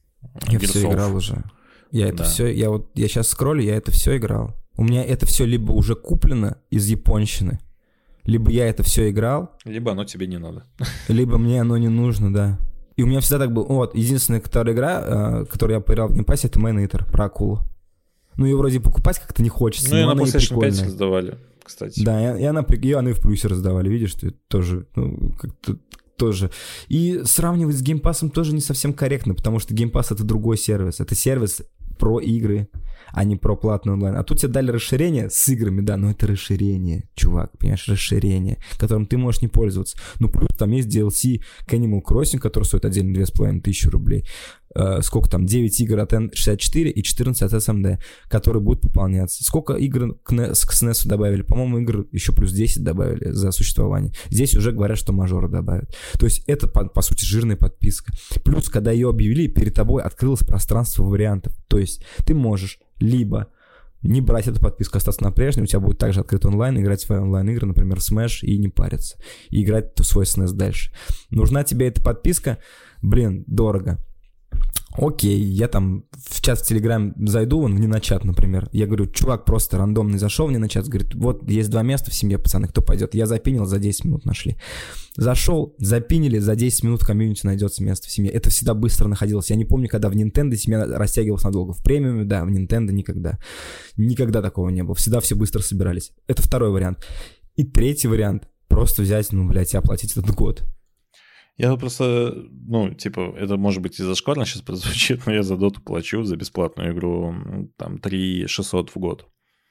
Я Gears все of. играл уже. Я это Да. все, я вот, я сейчас скроллю, я это все играл. У меня это все либо уже куплено из японщины, либо я это все играл, Либо оно тебе не надо. либо мне оно не нужно, да. И у меня всегда так было. Вот, единственная, которая игра, э, которую я поиграл в геймпассе, это Man Eater про акулу. Ну, ее вроде покупать как-то не хочется, Ну, и но на она и PlayStation пять прикольная. создавали, кстати. Да, и, и она, при- и она и в плюсе раздавали, видишь, что это тоже, ну, как-то тоже. И сравнивать с геймпассом тоже не совсем корректно, потому что геймпасс — это другой сервис. Это сервис про игры, а не про платный онлайн. А тут тебе дали расширение с играми, да, но это расширение, чувак, понимаешь, расширение, которым ты можешь не пользоваться. Ну, плюс там есть ди эл си к Animal Crossing, который стоит отдельно две с половиной тысячи рублей. Э, сколько там? девять игр от эн шестьдесят четыре и четырнадцать от эс эм ди, которые будут пополняться. Сколько игр к эн и эс, к эс эн и эс добавили? По-моему, игр еще плюс десять добавили за существование. Здесь уже говорят, что мажоры добавят. То есть это, по, по сути, жирная подписка. Плюс, когда ее объявили, перед тобой открылось пространство вариантов. То есть ты можешь либо не брать эту подписку, остаться на прежней, у тебя будет также открыт онлайн, играть в свои онлайн-игры, например, Smash, и не париться, и играть в свой эс эн и эс дальше. Нужна тебе эта подписка? Блин, дорого. Окей, я там в чат в Телеграм зайду, он не на чат, например. Я говорю, чувак просто рандомный зашел мне на чат, говорит, вот есть два места в семье, пацаны, кто пойдет? Я запинил, за десять минут нашли. Зашел, запинили, за десять минут в комьюнити найдется место в семье. Это всегда быстро находилось. Я не помню, когда в Nintendo семья растягивалась надолго. В премиуме, да, в Nintendo никогда. Никогда такого не было. Всегда все быстро собирались. Это второй вариант. И третий вариант, просто взять, ну, блядь, и оплатить этот год. Я просто, ну, типа, это может быть и зашкварно сейчас прозвучит, но я за доту плачу, за бесплатную игру, там, три тысячи шестьсот в год.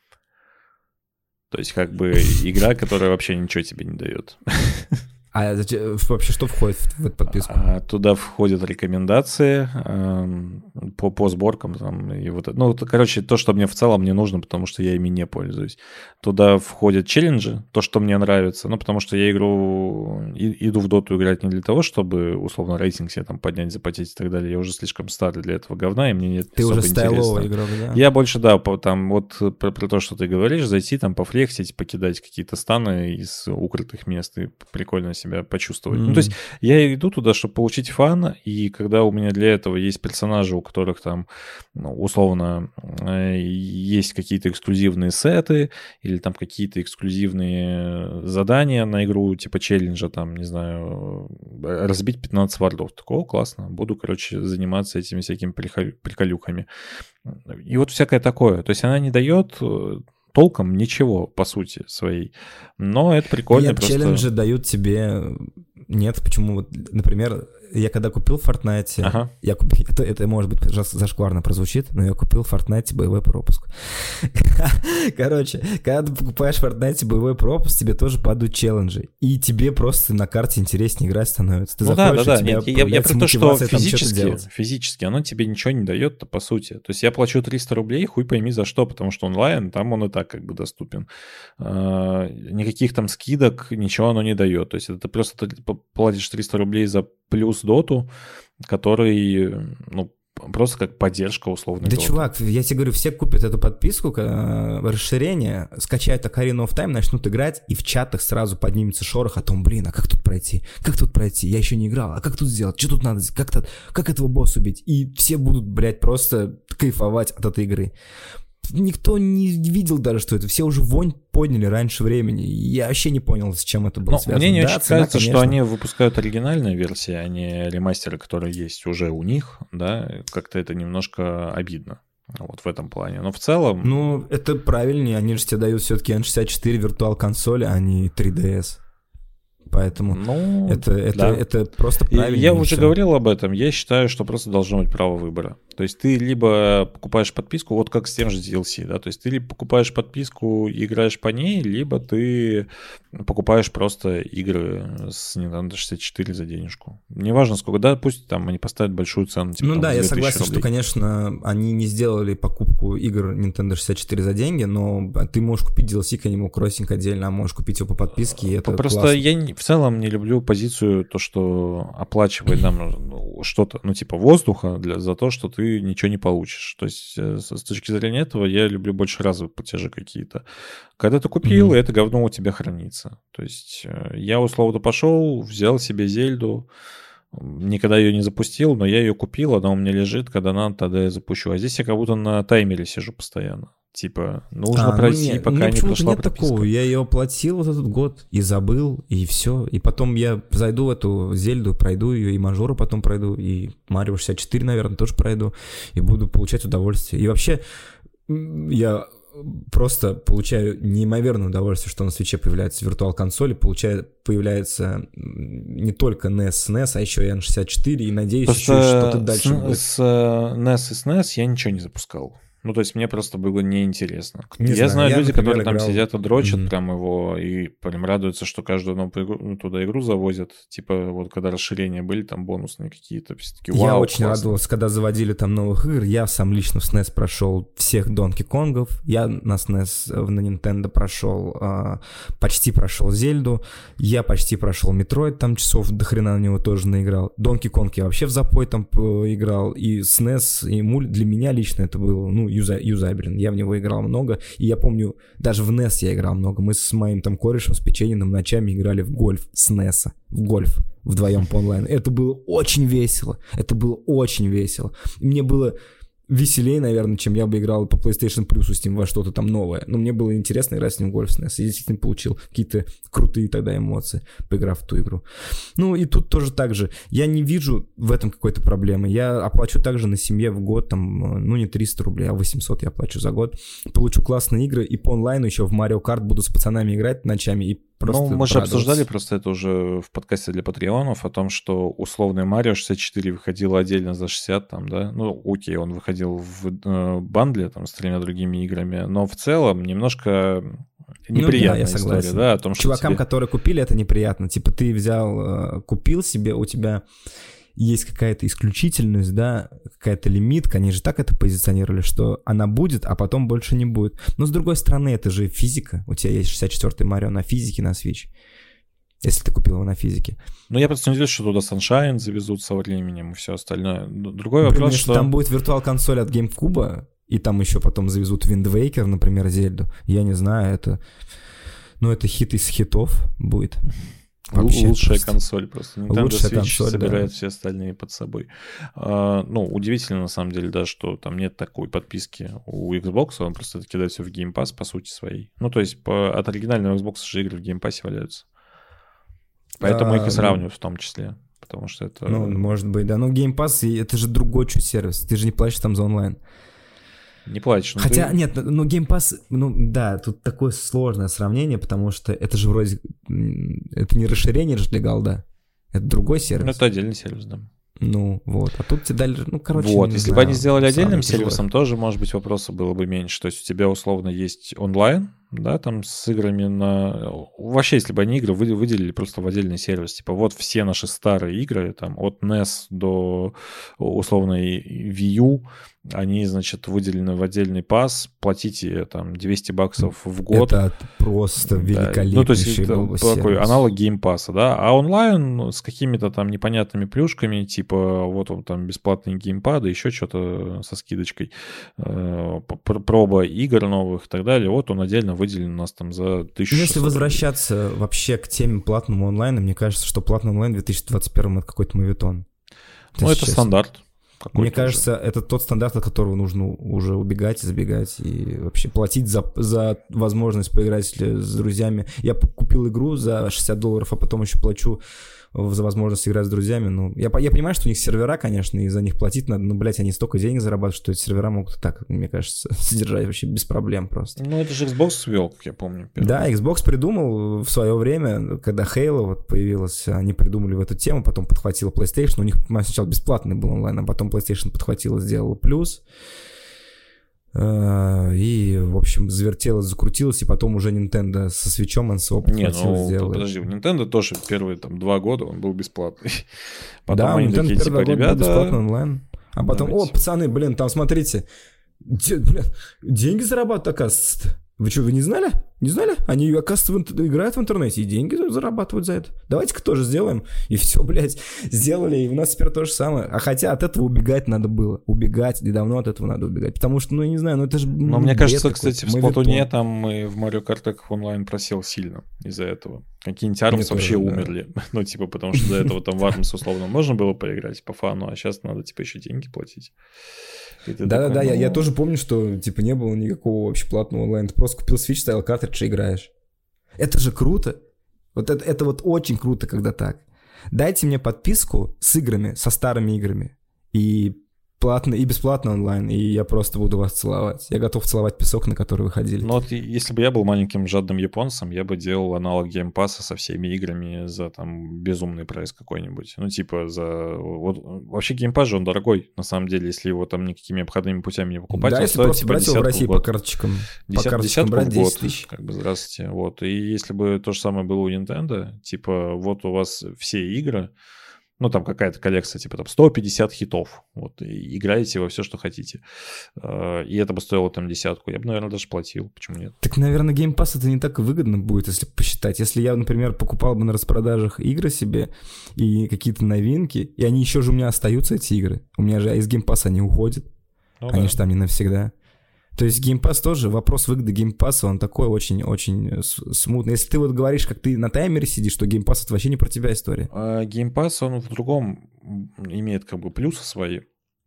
То есть, как бы, игра, которая вообще ничего тебе не дает. А вообще что входит в эту подписку? А, туда входят рекомендации э, по, по сборкам. Там, и вот, ну, это, короче, то, что мне в целом не нужно, потому что я ими не пользуюсь. Туда входят челленджи, то, что мне нравится. Ну, потому что я игру и, иду в доту играть не для того, чтобы, условно, рейтинг себе там поднять, запотеть и так далее. Я уже слишком старый для этого говна, и мне нет ты особо уже стайловый игрок, да? Я больше, да, по, там, вот про, про то, что ты говоришь, зайти, там, пофлексить, покидать какие-то станы из укрытых мест и прикольно себя почувствовать. Mm-hmm. Ну, то есть я иду туда, чтобы получить фан, и когда у меня для этого есть персонажи, у которых там, ну, условно, есть какие-то эксклюзивные сеты или там какие-то эксклюзивные задания на игру, типа челленджа, там, не знаю, разбить пятнадцать вардов. Такого классно. Буду, короче, заниматься этими всякими приколюхами. И вот всякое такое. То есть она не дает толком ничего, по сути, своей. Но это прикольно. Нет, просто... челленджи дают тебе... Нет, почему? Вот, например, я когда купил в Fortnite, ага. я купил, это, это, может быть, зашкварно прозвучит, но я купил в Fortnite боевой пропуск. Короче, когда ты покупаешь в Fortnite боевой пропуск, тебе тоже падают челленджи. И тебе просто на карте интереснее играть становится. Ты ну заходишь, да, да, да. Нет, я, я про то, что физически, что физически оно тебе ничего не дает-то, по сути. То есть я плачу триста рублей, хуй пойми за что, потому что онлайн, там он и так как бы доступен. А, никаких там скидок, ничего оно не дает. То есть это просто ты платишь триста рублей за плюс доту, который, ну, просто как поддержка условно. Да, чувак, я тебе говорю, все купят эту подписку, расширение, скачают Ocarina of Time, начнут играть, и в чатах сразу поднимется шорох о том, блин, а как тут пройти? Как тут пройти? Я еще не играл, а как тут сделать? Что тут надо? Как, -то, как этого босса убить? И все будут, блядь, просто кайфовать от этой игры. Никто не видел даже, что это. Все уже вонь подняли раньше времени. Я вообще не понял, с чем это было Но связано. Мне не да, очень цена, кажется, конечно. что они выпускают оригинальные версии, а не ремастеры, которые есть уже у них. Да, как-то это немножко обидно. Вот в этом плане. Но в целом... Ну, это правильнее. Они же тебе дают все-таки эн шестьдесят четыре виртуал консоли, а не три ди эс. Поэтому ну, это, это, да. это просто правильно. Я уже все. говорил об этом. Я считаю, что просто должно быть право выбора. То есть ты либо покупаешь подписку, вот как с тем же ди эл си, да, то есть ты либо покупаешь подписку и играешь по ней, либо ты покупаешь просто игры с Nintendo шестьдесят четыре за денежку. Неважно сколько, да, пусть там они поставят большую цену. Типа, ну там, да, я согласен, рублей. Что, конечно, они не сделали покупку игр Nintendo шестьдесят четыре за деньги, но ты можешь купить ди эл си к Animal Crossing отдельно, а можешь купить его по подписке, и это Просто классно. Я в целом не люблю позицию, то, что оплачивает нам что-то, ну, типа воздуха для, за то, что ты ничего не получишь. То есть с точки зрения этого я люблю больше разовые платежи какие-то. Когда ты купил, mm-hmm. это говно у тебя хранится. То есть я условно пошел, взял себе Зельду, никогда ее не запустил, но я ее купил, она у меня лежит, когда надо, тогда я запущу. А здесь я как будто на таймере сижу постоянно. Типа, нужно а, пройти, ну нет, ну, пока не пришла нет прописка. Такого. Я ее оплатил вот этот год и забыл, и все. И потом я зайду в эту Зельду, пройду ее, и Мажору потом пройду, и Марио шестьдесят четыре, наверное, тоже пройду, и буду получать удовольствие. И вообще, я просто получаю неимоверное удовольствие, что на Свитче появляется виртуал консоли, получает, появляется не только эн и эс с эн и эс, а еще и эн шестьдесят четыре, и надеюсь, просто еще что-то дальше с, будет. С эн и эс и с эн и эс я ничего не запускал. Ну, то есть мне просто было неинтересно. Не я знаю, знаю я, люди, например, которые там играл... сидят и дрочат mm-hmm. прям его, и прям радуются, что каждую новую игру, ну, туда игру завозят. Типа вот когда расширения были, там бонусные какие-то. Все-таки, вау, я очень классно. радовался, когда заводили там новых игр. Я сам лично в эс эн и эс прошел всех Донки Конгов. Я на эс эн и эс на Nintendo прошел, а, почти прошел Зельду. Я почти прошел Metroid, там часов до хрена на него тоже наиграл. Донки Конг я вообще в запой там играл. И эс эн и эс, и муль... для меня лично это было, ну, юза, юзабелен. Я в него играл много, и я помню, даже в нес я играл много. Мы с моим там корешем, с Печениным ночами играли в гольф с неса, в гольф вдвоем по онлайну. Это было очень весело, это было очень весело. Мне было веселее, наверное, чем я бы играл по PlayStation Plus с ним во что-то там новое. Но мне было интересно играть с ним в гольф с нес. Я действительно получил какие-то крутые тогда эмоции, поиграв в ту игру. Ну и тут тоже так же. Я не вижу в этом какой-то проблемы. Я оплачу также на семье в год, там, ну не триста рублей, а восемьсот я оплачу за год. Получу классные игры и по онлайну еще в Mario Kart буду с пацанами играть ночами и просто ну, мы же радоваться. обсуждали просто это уже в подкасте для патреонов, о том, что условный Марио шестьдесят четыре выходил отдельно за шестьдесят, там, да, ну, окей, он выходил в э, бандле, там, с тремя другими играми, но в целом немножко неприятная ну, да, история, да, о том, что чувакам, тебе... которые купили, это неприятно. Типа ты взял, купил себе, у тебя есть какая-то исключительность, да, какая-то лимитка, они же так это позиционировали, что она будет, а потом больше не будет. Но с другой стороны, это же физика. У тебя есть шестьдесят четвёртый Марио на физике на Switch, если ты купил его на физике. Ну, я просто надеюсь, что туда Sunshine завезут со временем и все остальное. Другой Например, вопрос, что... Там будет виртуал-консоль от GameCube, и там еще потом завезут Wind Waker, например, Зельду. Я не знаю, это... Ну, это хит из хитов будет. Вообще лучшая просто. консоль просто. Nintendo Лучшая Switch консоль, собирает да. все остальные под собой. А, ну, удивительно, на самом деле, да, что там нет такой подписки у Xbox, он просто кидает все в Game Pass по сути своей. Ну, то есть по, от оригинального Xbox же игры в Game Pass валяются. Поэтому а, их и сравнивают ну, в том числе. Потому что это... Ну, может быть, да. Но Game Pass, это же другой чуть сервис. Ты же не платишь там за онлайн. Не платишь. Хотя, ты... нет, ну Game Pass, ну да, тут такое сложное сравнение, потому что это же вроде, это не расширение же для голда, это другой сервис. Ну, это отдельный сервис, да. Ну, вот, а тут тебе дали, ну, короче, вот, если знаю, бы они сделали отдельным тяжело. сервисом, тоже, может быть, вопросов было бы меньше. То есть у тебя, условно, есть онлайн, да, там с играми на... Вообще, если бы они игры выделили просто в отдельный сервис, типа вот все наши старые игры, там, от нес до, условной Wii U, они, значит, выделены в отдельный пас, платите там двести баксов в год. Это просто великолепнейший да. Ну, то есть это такой сервис. аналог геймпасса, да, а онлайн с какими-то там непонятными плюшками, типа вот он там бесплатные геймпады, еще что-то со скидочкой, э, проба игр новых и так далее, вот он отдельно выделен у нас там за тысячу шестьсот. Если возвращаться вообще к теме платного онлайна, мне кажется, что платный онлайн в две тысячи двадцать первом это какой-то моветон. Ну, это честно. Стандарт. Мне кажется, уже. Это тот стандарт, от которого нужно уже убегать, забегать и вообще платить за, за возможность поиграть с друзьями. Я купил игру за шестьдесят долларов, а потом еще плачу за возможность играть с друзьями. Ну, я, я понимаю, что у них сервера, конечно, и за них платить надо, но, блядь, они столько денег зарабатывают, что эти сервера могут и так, мне кажется, содержать вообще без проблем просто. Ну, это же Xbox ввел, как я помню. Первый. Да, Xbox придумал в свое время, когда Halo вот появилась, они придумали в эту тему, потом подхватила PlayStation, у них сначала бесплатный был онлайн, а потом PlayStation подхватила, сделала плюс. И, в общем, завертелось, закрутилось, и потом уже Nintendo со свитчом эн эс о подхватил, ну, сделал. Подожди, у Nintendo тоже первые там два года он был бесплатный. Потом да, у Nintendo такие, первые типа, ребята... был бесплатный онлайн. А потом, давайте. О, пацаны, блин, там смотрите, де, блин, деньги зарабатывают, оказывается. Вы что, вы не знали? Не знали? Они, оказывается, играют в интернете и деньги зарабатывают за это. Давайте-ка тоже сделаем. И все, блядь, сделали. И у нас теперь то же самое. А хотя от этого убегать надо было. Убегать. И давно от этого надо убегать. Потому что, ну, я не знаю, ну это же... Но ну, мне кажется, какой-то. кстати, в Сплатуне там и в Марио Картах онлайн просел сильно из-за этого. Какие-нибудь Армс вообще тоже, умерли. Да. Ну, типа, потому что до этого там в Армс условно можно было поиграть по фану, а сейчас надо, типа, еще деньги платить. Да-да-да, ну... я, я тоже помню, что, типа, не было никакого вообще платного онлайн. Ты просто купил Switch, ставил картридж и играешь. Это же круто. Вот это, это вот очень круто, когда так. Дайте мне подписку с играми, со старыми играми. И платно, и бесплатно онлайн, и я просто буду вас целовать. Я готов целовать песок, на который вы ходили. Ну вот если бы я был маленьким жадным японцем, я бы делал аналог геймпасса со всеми играми за там безумный прайс какой-нибудь. Ну типа за... Вот, вообще геймпасс же он дорогой, на самом деле, если его там никакими обходными путями не покупать. Да, если стоит, просто типа, брать его в России по карточкам. Десят, по карточкам брать десять год, тысяч. Как бы, здравствуйте. Вот. И если бы то же самое было у Nintendo, типа вот у вас все игры, ну, там какая-то коллекция, типа там сто пятьдесят хитов. Вот, и играете во все, что хотите. И это бы стоило там десятку. Я бы, наверное, даже платил. Почему нет? Так, наверное, Game Pass это не так выгодно будет, если посчитать. Если я, например, покупал бы на распродажах игры себе и какие-то новинки, и они еще же у меня остаются, эти игры. У меня же из Game Pass они уходят. Ну, они да. же там не навсегда. То есть геймпасс тоже, вопрос выгоды геймпасса, он такой очень-очень смутный. Если ты вот говоришь, как ты на таймере сидишь, то геймпасс — это вообще не про тебя история. А геймпасс, он в другом имеет как бы плюсы свои.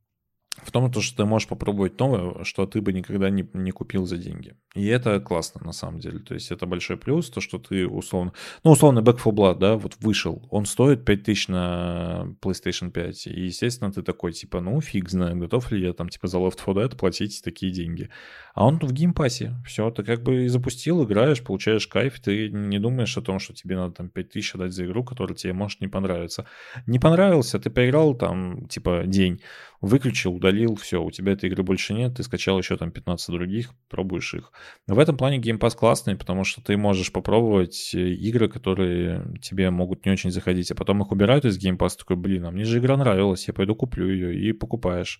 В том, то, что ты можешь попробовать новое, что ты бы никогда не, не купил за деньги. И это классно, на самом деле. То есть это большой плюс, то, что ты условно... Ну, условно, Back four Blood, да, вот вышел. Он стоит пять тысяч на PlayStation пять. И, естественно, ты такой, типа, ну, фиг знаю, готов ли я там, типа, за Left four Dead платить такие деньги. А он в геймпассе. Все, ты как бы запустил, играешь, получаешь кайф. Ты не думаешь о том, что тебе надо там пять тысяч отдать за игру, которая тебе может не понравиться. Не понравился, ты поиграл там, типа, день, выключил, удалил, все, у тебя этой игры больше нет, ты скачал еще там пятнадцать других, пробуешь их. В этом плане Game Pass классный, потому что ты можешь попробовать игры, которые тебе могут не очень заходить, а потом их убирают из Game Pass, такой, блин, а мне же игра нравилась, я пойду куплю ее, и покупаешь.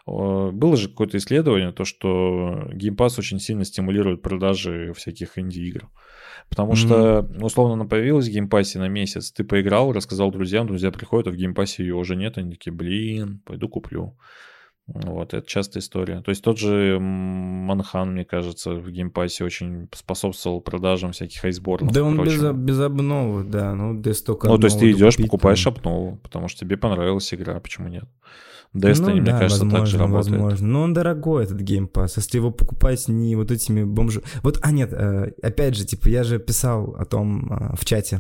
Было же какое-то исследование, то, что Game Pass очень сильно стимулирует продажи всяких инди-игр. Потому mm-hmm. что, условно, она появилась в геймпассе на месяц, ты поиграл, рассказал друзьям, друзья приходят, а в геймпассе ее уже нет, они такие, блин, пойду куплю. Вот, это частая история. То есть тот же Манхан, мне кажется, в геймпассе очень способствовал продажам всяких айсборнов. Да он без, без обновы, да, ну, без только Ну, то есть ты идешь, купить, покупаешь там. обнову, потому что тебе понравилась игра, почему нет? Destiny, ну, мне да, кажется, возможно, так же работает. Возможно. Но он дорогой, этот Game Pass. Если его покупать не вот этими бомжи... Вот, а нет, опять же, типа, я же писал о том в чате,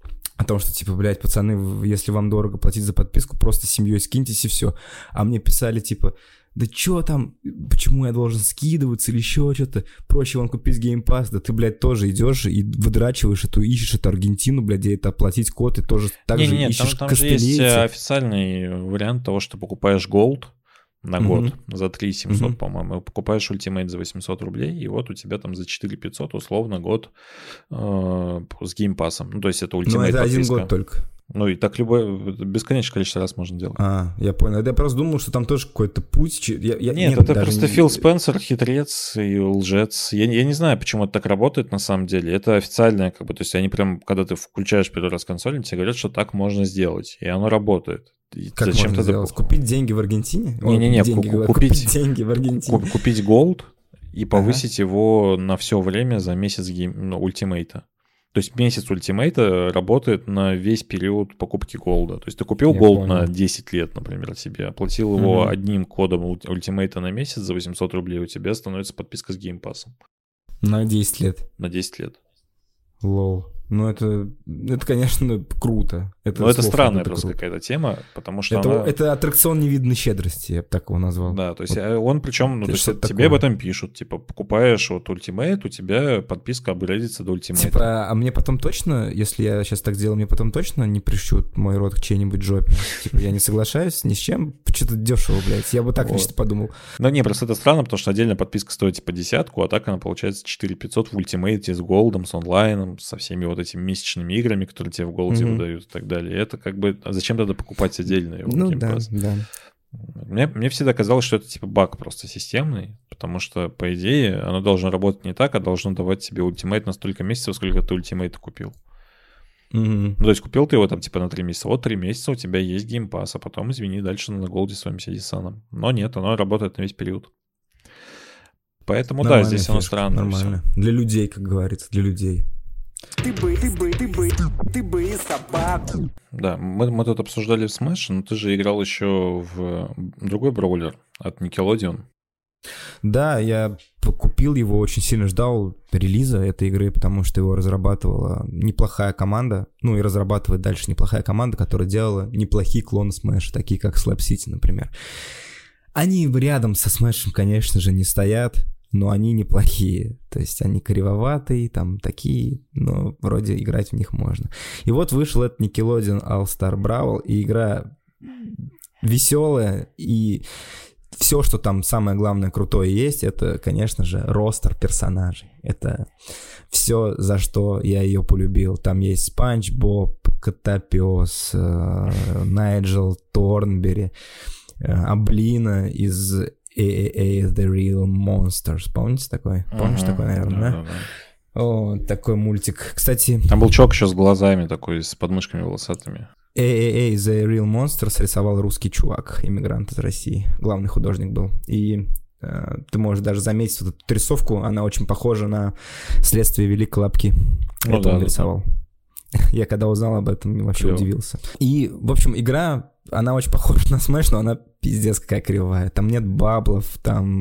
о том, что, типа, блядь, пацаны, если вам дорого платить за подписку, просто с семьей скиньтесь и все. А мне писали, типа, да чё там, почему я должен скидываться или еще что-то, проще вон купить Game Pass, да ты, блядь, тоже идешь и выдрачиваешь эту, ищешь эту Аргентину, блядь, где это оплатить код, и тоже так не, же не, не, ищешь там, там же есть официальный вариант того, что покупаешь Gold на год mm-hmm. за три тысячи семьсот, mm-hmm. по-моему, покупаешь Ultimate за восемьсот рублей, и вот у тебя там за четыре тысячи пятьсот условно год э, с Game Pass. Ну, то есть это Ultimate Но это подписка. один год только. Ну и так любое, бесконечное количество раз можно делать. А, я понял. Я просто думал, что там тоже какой-то путь. Я, я, нет, нет, это просто не... Фил Спенсер, хитрец и лжец. Я, я не знаю, почему это так работает на самом деле. Это официальное, как бы, то есть они прям, когда ты включаешь первый раз консоль, тебе говорят, что так можно сделать, и оно работает. И как зачем можно сделать? Купить деньги в Аргентине? Не-не-не, деньги, купить, купить деньги в Аргентине. Купить Gold и повысить ага. его на все время за месяц гейм, ну, ультимейта. То есть месяц ультимейта работает на весь период покупки голда. То есть ты купил голд на десять лет, например, себе, оплатил его mm-hmm. одним кодом ультимейта на месяц за восемьсот рублей, у тебя становится подписка с геймпассом. На десять лет? На десять лет. Лол. Ну, это, это, конечно, круто. Это Но это странная это просто круто. Какая-то тема, потому что это, она... это аттракцион невиданной щедрости, я бы так его назвал. Да, то есть вот. он причем, ну, то есть тебе такое? Об этом пишут, типа, покупаешь вот ультимейт, у тебя подписка апгрейдится до ультимейта. Типа, а мне потом точно, если я сейчас так сделаю, мне потом точно не прищут мой рот к чьей-нибудь жопе? Типа, я не соглашаюсь ни с чем, что-то дешево, блядь, я бы так лично подумал. Ну, не, просто это странно, потому что отдельная подписка стоит, типа, десятку, а так она получается четыре тысячи пятьсот в ультимейте с голдом, с онлайном, со всеми вот этими месячными играми, которые тебе в голде mm-hmm. выдают и так далее. И это как бы... А зачем надо покупать отдельно его? Ну да, да. Мне, мне всегда казалось, что это типа баг просто системный, потому что, по идее, оно должно работать не так, а должно давать тебе ультимейт на столько месяцев, сколько ты ультимейта купил. Mm-hmm. Ну, то есть купил ты его там типа на три месяца. Вот три месяца у тебя есть геймпасс, а потом, извини, дальше на голде с вами Сидисаном. Но нет, оно работает на весь период. Поэтому нормально, да, здесь фишка, оно странно. Нормально. Все. Для людей, как говорится, для людей. Ты бы, ты бы, ты бы, ты бы и собаку. Да, мы, мы тут обсуждали в Smash, но ты же играл еще в другой браулер от Nickelodeon. Да, я купил его, очень сильно ждал релиза этой игры, потому что его разрабатывала неплохая команда, ну и разрабатывает дальше неплохая команда, которая делала неплохие клоны Smash, такие как Slap City, например. Они рядом со Smash, конечно же, не стоят, но они неплохие, то есть они кривоватые, там такие, но вроде играть в них можно. И вот вышел этот Nickelodeon All-Star Brawl, и игра веселая, и все, что там самое главное крутое есть, это, конечно же, ростер персонажей. Это все, за что я ее полюбил. Там есть Спанч Боб, Котопес, Найджел Торнбери, Аблина из эй эй эй The Real Monsters. Помните такой? Помнишь uh-huh. такой, наверное, да? да? да. О, такой мультик. Кстати... Там был чувак еще с глазами такой, с подмышками волосатыми. эй эй эй The Real Monsters рисовал русский чувак, иммигрант из России. Главный художник был. И Ты можешь даже заметить вот эту рисовку, она очень похожа на «Следствие Великой Лапки». Ну, Это да, он да, рисовал. Да. Я когда узнал об этом, вообще Клево. Удивился. И, в общем, игра, она очень похожа на Smash, но она пиздец какая кривая. Там нет баблов,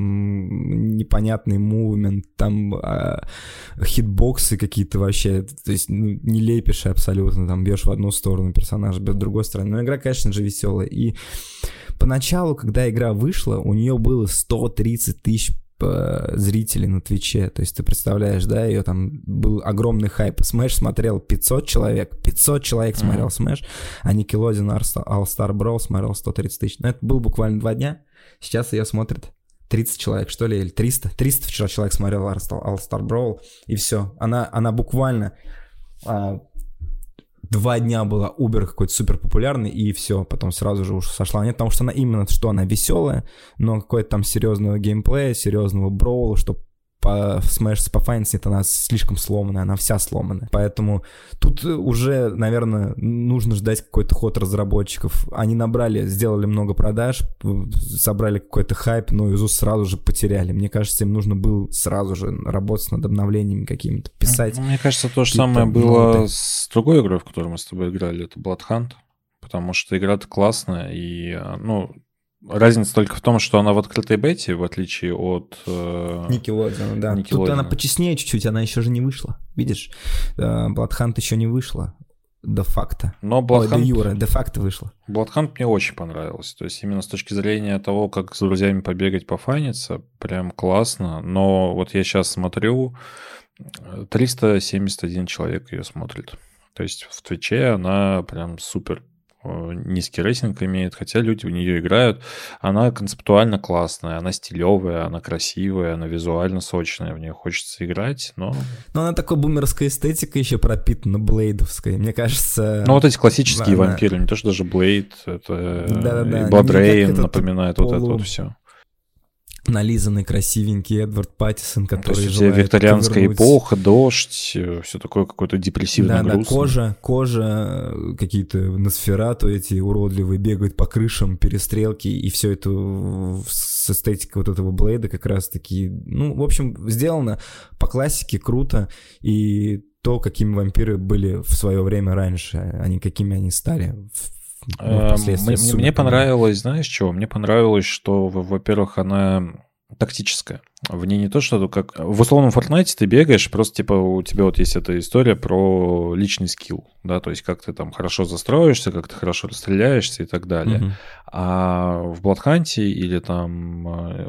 там непонятный мувмент, там а, хитбоксы какие-то вообще, то есть ну, не лепишь абсолютно, там бьешь в одну сторону персонажа, бьешь в другой сторону. Но игра, конечно же, веселая. И поначалу, когда игра вышла, у нее было сто тридцать тысяч зрителей на Твиче, то есть ты представляешь, да, ее там был огромный хайп. Smash смотрел пятьсот человек, пятьсот человек смотрел Smash, а Nickelodeon All-Star Brawl смотрел сто тридцать тысяч. Но это было буквально два дня, сейчас ее смотрит тридцать человек, что ли, или триста. триста вчера человек смотрел All-Star Brawl, и все. Она, она буквально... А, Два дня была Uber какой-то супер популярный, и все, потом сразу же уж сошла. Нет, потому что она именно, что она веселая, но какой-то там серьезного геймплея, серьезного броула, что по Smash, по Finance нет, она слишком сломанная, она вся сломанная. Поэтому тут уже, наверное, нужно ждать какой-то ход разработчиков. Они набрали, сделали много продаж, собрали какой-то хайп, но Изу сразу же потеряли. Мне кажется, им нужно было сразу же работать над обновлениями какими-то, писать. Мне кажется, то же самое было с другой игрой, в которой мы с тобой играли, это Blood Hunt, потому что игра-то классная, и, ну... Разница только в том, что она в открытой бете, в отличие от... Nickelodeon, да. Nickelodeon. Тут она почестнее чуть-чуть, она еще же не вышла. Видишь, Blood Hunt еще не вышла де-факто. Но Blood Hunt... Ой, де-юре, де-факто вышла. Blood Hunt мне очень понравилось. То есть именно с точки зрения того, как с друзьями побегать, пофаниться, прям классно. Но вот я сейчас смотрю, триста семьдесят один человек ее смотрит. То есть в Твиче она прям супер низкий рейтинг имеет, хотя люди в нее играют. Она концептуально классная, она стилевая, она красивая, она визуально сочная, в нее хочется играть, но... Но она такой бумерская эстетика еще пропитана, блейдовской, мне кажется... Ну вот эти классические она... вампиры, не то что даже Блейд, это Да-да-да. Blood Rain напоминает полу... вот это вот все. Нализанный, красивенький Эдвард Паттисон, который то есть желает викторианская повернуть... эпоха, дождь, все такое какое-то депрессивное, да, грустное. Да, кожа, кожа, какие-то Носферату эти уродливые бегают по крышам, перестрелки, и все это с эстетикой вот этого Блейда как раз-таки, ну, в общем, сделано по классике, круто, и то, какими вампиры были в свое время раньше, а не какими они стали в Ну, мне, мне понравилось, знаешь, чего? Мне понравилось, что, во-первых, она тактическая. В ней не то, что как... В условном Fortnite ты бегаешь, просто типа у тебя вот есть эта история про личный скилл, да, то есть как ты там хорошо застроишься, как ты хорошо расстреляешься и так далее. Mm-hmm. А в Blood Hunt или там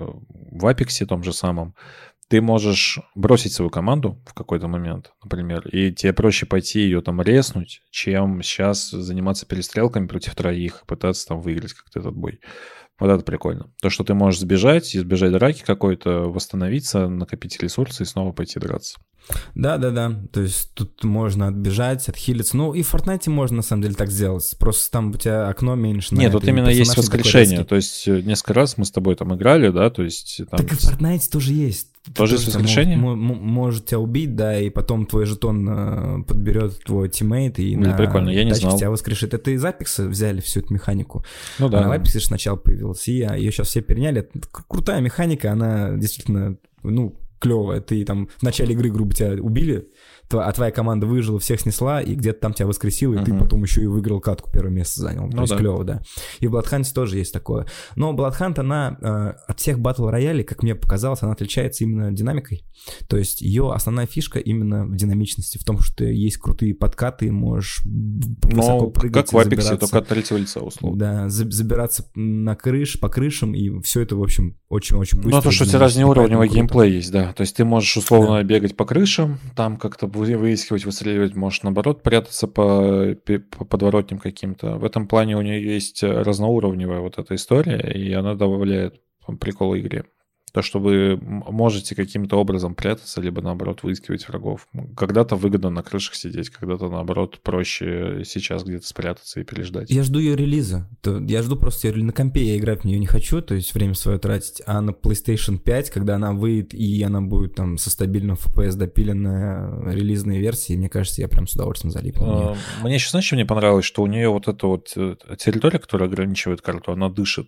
в Apex том же самом ты можешь бросить свою команду в какой-то момент, например, и тебе проще пойти ее там резнуть, чем сейчас заниматься перестрелками против троих и пытаться там выиграть как-то этот бой. Вот это прикольно. То, что ты можешь сбежать, избежать драки какой-то, восстановиться, накопить ресурсы и снова пойти драться. Да-да-да, то есть тут можно отбежать, отхилиться. Ну и в Fortnite можно на самом деле так сделать, просто там у тебя окно меньше. Нет, тут именно есть воскрешение, то есть несколько раз мы с тобой там играли, да, то есть... Там... Так и в Fortnite тоже есть. Тоже есть воскрешение? Может, может тебя убить, да, и потом твой жетон подберет твой тиммейт и ну, на прикольно, я не знал. тебя воскрешит. Это из Apex взяли всю эту механику. Ну да. Она в Apex же сначала появилась, и ее сейчас все переняли. Это крутая механика, она действительно, ну, клевая. Ты там в начале игры, грубо, тебя убили, а твоя команда выжила, всех снесла, и где-то там тебя воскресила, и uh-huh. ты потом еще и выиграл катку, первое место занял. Ну, то есть да. клево, да. И в Blood Hunt тоже есть такое. Но Blood Hunt, она э, от всех батл роялей, как мне показалось, она отличается именно динамикой. То есть ее основная фишка именно в динамичности, в том, что есть крутые подкаты, можешь высоко ну, прыгать. Как в Apex, только от третьего лица, условно. Да, забираться на крыш, по крышам, и все это, в общем, очень-очень быстро. Ну, то, что у тебя разноуровневый геймплей есть, да. То есть ты можешь условно да. бегать по крышам, там как-то выискивать, выстреливать, можешь, наоборот, прятаться по, по подворотням каким-то. В этом плане у нее есть разноуровневая вот эта история, и она добавляет прикол игре. То, что вы можете каким-то образом прятаться, либо, наоборот, выискивать врагов. Когда-то выгодно на крышах сидеть, когда-то, наоборот, проще сейчас где-то спрятаться и переждать. Я жду ее релиза. Я жду просто ее... На компе я играть в нее не хочу, то есть время свое тратить, а на PlayStation пять, когда она выйдет, и она будет там со стабильным эф пи эс допиленная релизной версии, мне кажется, я прям с удовольствием залипну. Мне еще, знаешь, что мне понравилось, что у нее вот эта вот территория, которая ограничивает карту, она дышит.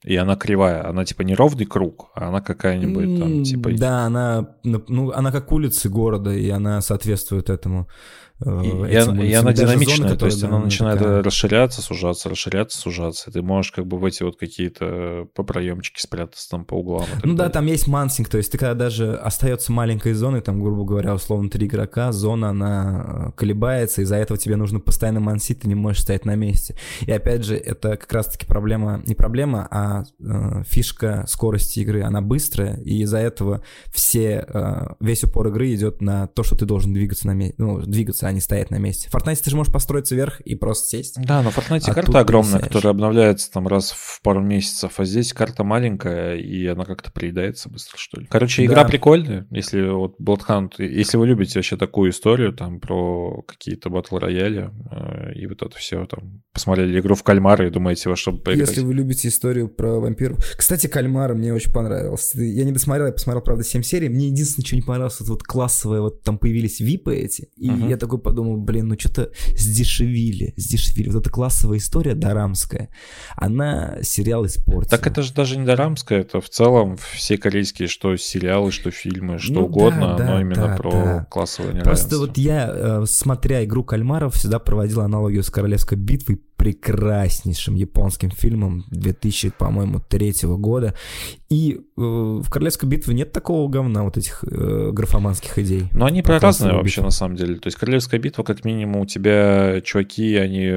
И она кривая, она типа не ровный круг, а она какая-нибудь там типа... Да, она, ну, она как улицы города, и она соответствует этому. И, и, и она динамичная, зоны, то есть она начинает такая... расширяться, сужаться, расширяться, сужаться. И ты можешь как бы в эти вот какие-то по проемчики спрятаться там по углам. Ну далее. Да, там есть мансинг, то есть ты когда даже остается маленькой зоной, там, грубо говоря, условно три игрока, зона, она колебается, из-за этого тебе нужно постоянно мансить, ты не можешь стоять на месте. И опять же, это как раз-таки проблема, не проблема, а э, фишка скорости игры, она быстрая, и из-за этого все, э, весь упор игры идет на то, что ты должен двигаться на месте, ну, двигаться, а не стоять на месте. В Fortnite ты же можешь построиться вверх и просто сесть. Да, но в Fortnite а карта огромная, которая обновляется там раз в пару месяцев, а здесь карта маленькая, и она как-то приедается быстро, что ли. Короче, игра да. прикольная, если вот Bloodhound, если вы любите вообще такую историю, там, про какие-то батл-рояли, э, и вот это все, там, посмотрели игру в кальмары и думаете, во что бы поиграть. Если вы любите историю про вампиров. Кстати, кальмары мне очень понравилось. Я не досмотрел, я посмотрел, правда, семь серий. Мне единственное, что не понравилось, это вот классовые, вот там появились випы эти, и uh-huh. я такой подумал, блин, ну что-то сдешевили, сдешевили. Вот эта классовая история дорамская, она сериал испортила. Так это же даже не дорамская, это в целом все корейские, что сериалы, что фильмы, что ну, угодно, да, но да, именно да, про да. классовое неравенство. Просто вот я, смотря «Игру кальмаров», всегда проводил аналогию с «Королевской битвой», прекраснейшим японским фильмом две тысячи, по-моему, третьего года. И э, в «Королевской битве» нет такого говна, вот этих э, графоманских идей. Но они про разные вообще, на самом деле. То есть «Королевская битва», как минимум, у тебя чуваки, они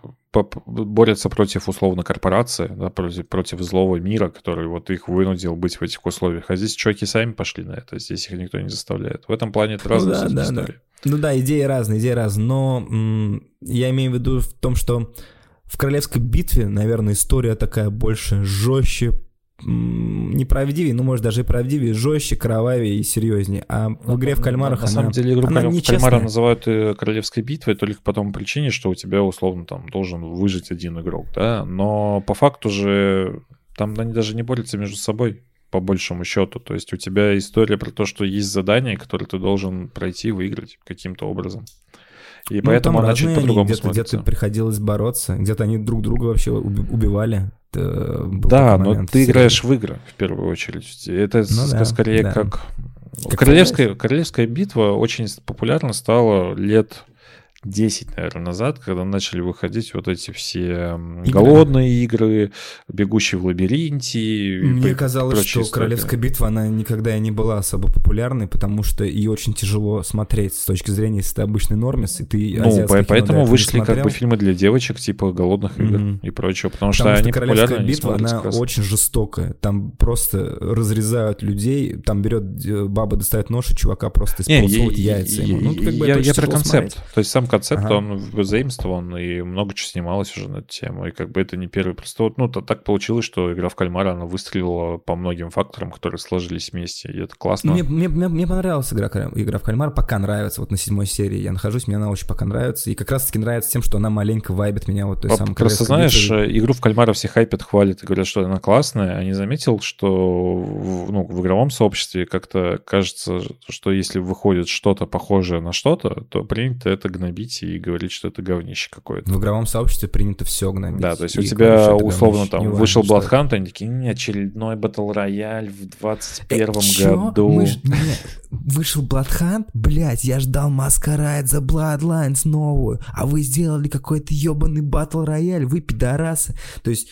борются против, условно, корпорации, да, против, против злого мира, который вот их вынудил быть в этих условиях. А здесь чуваки сами пошли на это, здесь их никто не заставляет. В этом плане это разные ну, да, да, истории. Да. Ну да, идеи разные, идеи разные, но м- я имею в виду в том, что в «Королевской битве», наверное, история такая больше жестче, м- не правдивее, ну, может, даже и правдивее, жестче, кровавее и серьезнее. А в «Игре в кальмарах» на, она, на самом деле, игру она в кальмара называют «Королевской битвой» только по тому причине, что у тебя, условно, там должен выжить один игрок, да, но по факту же там они даже не борются между собой. По большему счету. То есть у тебя история про то, что есть задание, которое ты должен пройти, выиграть каким-то образом. И ну, поэтому она чуть по-другому где-то, смотрится. Где-то приходилось бороться, где-то они друг друга вообще убивали. Да, но ты играешь в игры в первую очередь. Это ну, да, скорее да. как... как Королевская, Королевская битва очень популярна стала лет... десять, наверное, назад, когда начали выходить вот эти все игры. Голодные игры, «Бегущий в лабиринте». Мне казалось, что истории. «Королевская битва», она никогда и не была особо популярной, потому что ее очень тяжело смотреть с точки зрения, если ты обычный нормис, и ты ну, по- поэтому вышли как бы фильмы для девочек, типа «Голодных игр» mm-hmm. и прочего, потому, потому что, что они «Королевская битва», она очень жестокая, там просто разрезают людей, там берет баба, достает нож, и чувака просто исползывают яйца. Я, ну, как бы я, я про концепт, смотреть. То есть сам концепт, ага. он заимствован, и много чего снималось уже на эту тему, и как бы это не первый. Просто вот, ну, то, так получилось, что «Игра в кальмара», она выстрелила по многим факторам, которые сложились вместе, и это классно. Мне, мне, мне, мне понравилась игра, игра в кальмар, пока нравится, вот на седьмой серии я нахожусь, мне она очень пока нравится, и как раз-таки нравится тем, что она маленько вайбит меня вот той самой. Просто знаешь, битвы. «Игру в кальмара» все хайпят, хвалят и говорят, что она классная, а не заметил, что в, ну, в игровом сообществе как-то кажется, что если выходит что-то похожее на что-то, то принято это гнобить и говорить, что это говнище какое-то. В игровом сообществе принято все гнобить. Да, то есть у тебя условно там вышел Bloodhound, они такие, не, очередной батл-рояль в двадцать первом э, году. Мы ж... Вышел Bloodhound? Блять, я ждал Masquerade The Bloodlines новую, а вы сделали какой-то ебаный батл-рояль, вы пидорасы. То есть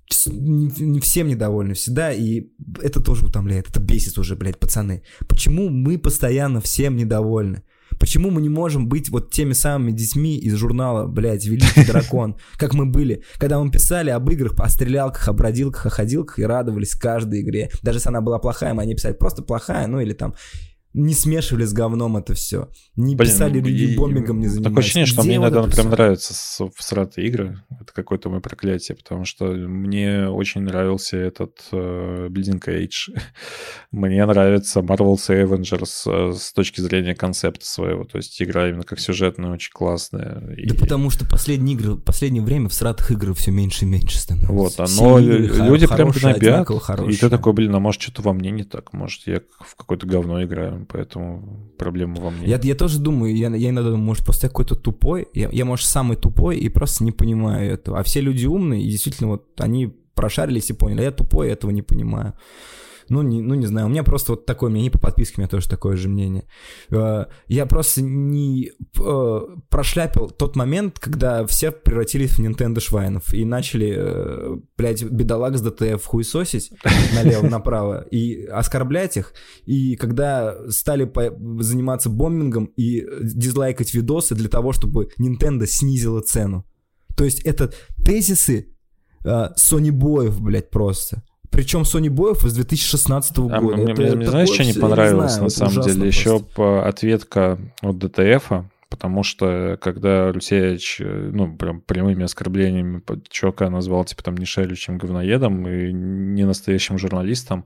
не всем недовольны всегда, и это тоже утомляет, это бесит уже, блядь, пацаны. Почему мы постоянно всем недовольны? Почему мы не можем быть вот теми самыми детьми из журнала, блядь, «Великий дракон», как мы были, когда мы писали об играх, о стрелялках, о бродилках, о ходилках и радовались каждой игре. Даже если она была плохая, мы не писали просто плохая, ну или там не смешивали с говном это все. Не Блин, писали ревью-бомбингом, не занимались. Такое ощущение, что мне иногда вот прям нравятся всратые игры. Это какое-то мое проклятие, потому что мне очень нравился этот uh, Bleeding Edge. Мне нравится Marvel's Avengers uh, с точки зрения концепта своего. То есть игра именно как сюжетная очень классная. Да и... потому что последние игры, в последнее время в всратых играх все меньше и меньше становится. Вот, но люди прям гнобят. И ты такой, блин, а может что-то во мне не так? Может я в какое-то говно играю? Поэтому проблема во мне. Я, я тоже думаю, я, я иногда думаю, может, просто я какой-то тупой, я, я, может, самый тупой и просто не понимаю этого. А все люди умные, и действительно, вот они прошарились и поняли. Я тупой, я этого не понимаю. Ну не, ну, не знаю, у меня просто вот такое мнение, по подписке у меня тоже такое же мнение. Я просто не прошляпил тот момент, когда все превратились в Nintendo швайнов и начали, блядь, бедолаг с ДТФ хуесосить налево-направо и оскорблять их. И когда стали заниматься бомбингом и дизлайкать видосы для того, чтобы Nintendo снизила цену. То есть это тезисы сонибоев, блядь, просто. Причем Sony Боев из две тысячи шестнадцатого а года. Мне, мне, мне знаешь, что не понравилось, знаю, на самом деле? Еще ответка от ДТФа, потому что когда Русевич, ну, прям прямыми оскорблениями чувака назвал, типа, там, не шарящим говноедом и не настоящим журналистом,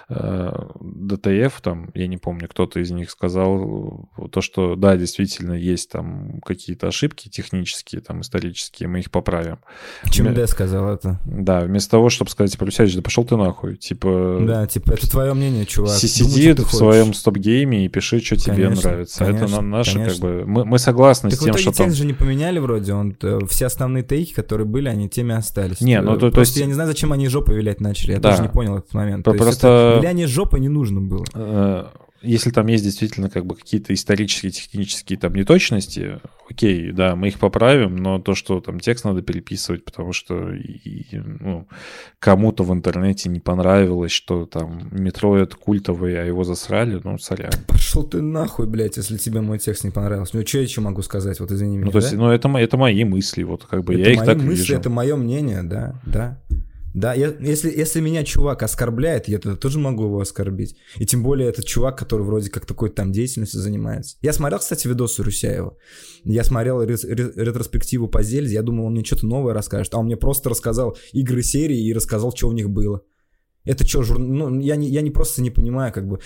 ДТФ, там, я не помню, кто-то из них сказал то, что, да, действительно, есть там какие-то ошибки технические, там, исторические, мы их поправим. ЧМД Вме... сказал это. Да, вместо того, чтобы сказать, типа, Русевич, да пошел ты нахуй, типа... Да, типа, это твое мнение, чувак. Сиди в своем стоп-гейме и пиши, что тебе конечно, нравится. Конечно, это наше, конечно. Как бы... Мы, мы согласны так с тем, что там... текст же не поменяли вроде, он, все основные тейки, которые были, они теми остались. Не, ну то, Просто то есть... я не знаю, зачем они жопы вилять начали, я да. даже не понял этот момент. Просто... То есть это виляние жопы не нужно было. Если там есть действительно как бы какие-то исторические, технические там неточности, окей, да, мы их поправим, но то, что там текст надо переписывать, потому что и, ну, кому-то в интернете не понравилось, что там Metroid культовый, а его засрали, ну, сорян. Пошел ты нахуй, блядь, если тебе мой текст не понравился. Ну, что я еще могу сказать, вот извини меня, Ну, то есть, да? ну, это, это мои мысли, вот как бы это я их так мысли, вижу. Это мое мнение, да, да. Да, я, если, если меня чувак оскорбляет, я тогда тоже могу его оскорбить. И тем более этот чувак, который вроде как такой там деятельностью занимается. Я смотрел, кстати, видосы Русяева. Я смотрел рет- рет- ретроспективу по Зельде, я думал, он мне что-то новое расскажет. А он мне просто рассказал игры серии и рассказал, что в них было. Это что, жур... ну, я, не, я не просто не понимаю, как бы...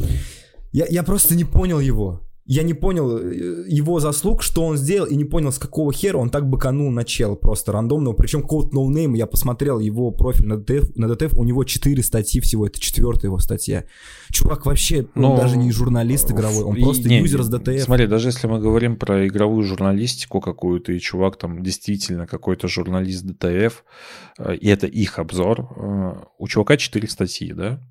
Я, я просто не понял его. Я не понял его заслуг, что он сделал, и не понял, с какого хера он так быканул на чела просто рандомного. Причем какого-то ноунейма, я посмотрел его профиль на ДТФ, на ДТФ, у него четыре статьи всего, это четвертая его статья. Чувак вообще, он даже не журналист игровой, он просто не, юзер с ДТФ. Смотри, даже если мы говорим про игровую журналистику какую-то, и чувак там действительно какой-то журналист ДТФ, и это их обзор, у чувака четыре статьи, да?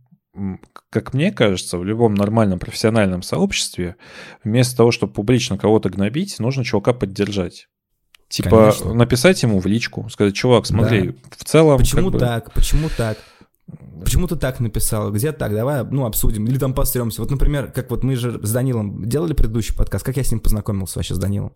Как мне кажется, в любом нормальном профессиональном сообществе вместо того, чтобы публично кого-то гнобить, нужно чувака поддержать. Типа Конечно. Написать ему в личку, сказать, чувак, смотри, да. в целом... Почему как бы... так? Почему так? Почему ты так написал? Где так? Давай, ну, обсудим. Или там постремся. Вот, например, как вот мы же с Данилом делали предыдущий подкаст, как я с ним познакомился вообще с Данилом.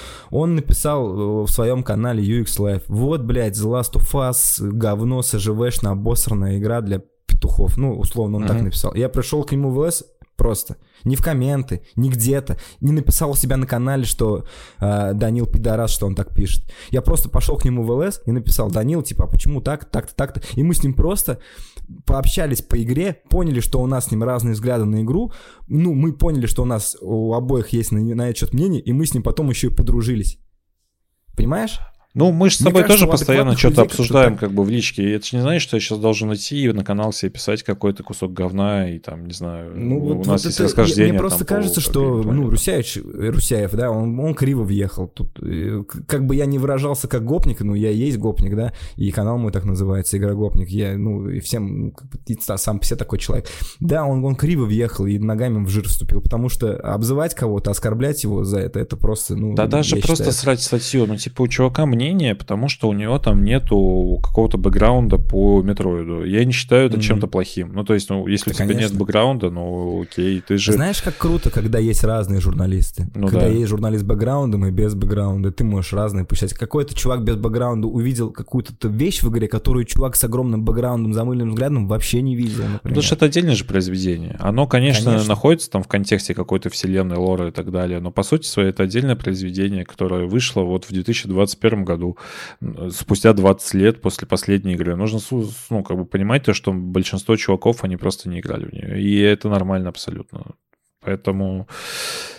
Он написал в своем канале ю экс Live: вот, блядь, The Last of Us, говно, СЖВшная обосранная игра для петухов. Ну, условно, он mm-hmm. так написал. Я пришел к нему в ЛС просто. Ни в комменты, ни где-то. Не написал у себя на канале, что э, Данил пидорас, что он так пишет. Я просто пошел к нему в ЛС и написал: Данил, типа, а почему так, так-то, так-то. И мы с ним просто пообщались по игре, поняли, что у нас с ним разные взгляды на игру. Ну, мы поняли, что у нас у обоих есть на, на этот счет мнение, и мы с ним потом еще и подружились. Понимаешь? Ну, мы же с тобой кажется, тоже постоянно что-то людей, обсуждаем как бы в личке. И это же не значит, что я сейчас должен идти и на канал себе писать какой-то кусок говна и там, не знаю, ну, у вот, нас вот есть это, расхождение. Мне просто там, кажется, по, что, ну, Русяевич, Русяев, да, он, он криво въехал. Тут, как бы я не выражался как гопник, но я есть гопник, да, и канал мой так называется, Игра Гопник. Я, ну, и всем, как бы, сам по себе такой человек. Да, он, он криво въехал и ногами в жир вступил, потому что обзывать кого-то, оскорблять его за это, это просто, ну... Да даже просто считаю... срать статью, ну, типа, у чувака мнение, потому что у него там нету какого-то бэкграунда по Метроиду. Я не считаю это mm-hmm. чем-то плохим. Ну, то есть, ну, если да, у тебя конечно. нет бэкграунда, ну, окей, ты же... Знаешь, как круто, когда есть разные журналисты. Ну, когда да. есть журналист с бэкграундом и без бэкграунда, ты можешь разные посчитать. Какой-то чувак без бэкграунда увидел какую-то вещь в игре, которую чувак с огромным бэкграундом, замыленным взглядом вообще не видел, например. Потому что это отдельное же произведение. Оно, конечно, конечно, находится там в контексте какой-то вселенной, лора и так далее, но, по сути своей, это отдельное произведение, которое вышло вот в две тысячи двадцать первом году. Спустя двадцать лет после последней игры. Нужно, ну, как бы понимать то, что большинство чуваков, они просто не играли в нее. И это нормально абсолютно. Поэтому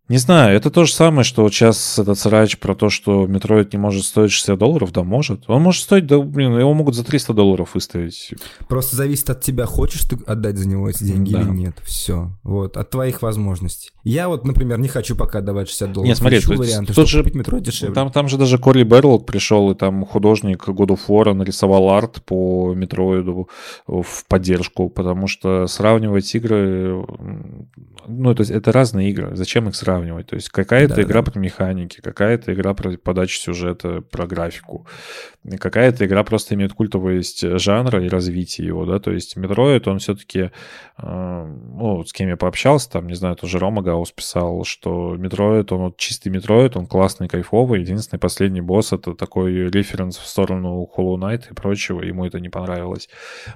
Не знаю, это то же самое, что вот сейчас этот срач про то, что Metroid не может стоить шестьдесят долларов, да может. Он может стоить, да, блин, его могут за триста долларов выставить. Просто зависит от тебя, хочешь ты отдать за него эти деньги Да. или нет. Все. Вот, от твоих возможностей. Я вот, например, не хочу пока отдавать шестьдесят долларов. Не, смотри, Ищу то есть варианты, тут чтобы же- купить Metroid дешевле. Там, там же даже Кори Берроуд пришел, и там художник God of War нарисовал арт по Метроиду в поддержку, потому что сравнивать игры, ну, то есть это разные игры, зачем их сравнивать? То есть какая-то Да-да-да. игра про механики, какая-то игра про подачу сюжета, про графику, какая-то игра просто имеет культовость жанра и развитие его, да, то есть Metroid, он все-таки, ну, с кем я пообщался, там, не знаю, тоже Рома Гаус писал, что Metroid, он вот чистый Metroid, он классный, кайфовый, единственный последний босс — это такой референс в сторону Hollow Knight и прочего, ему это не понравилось.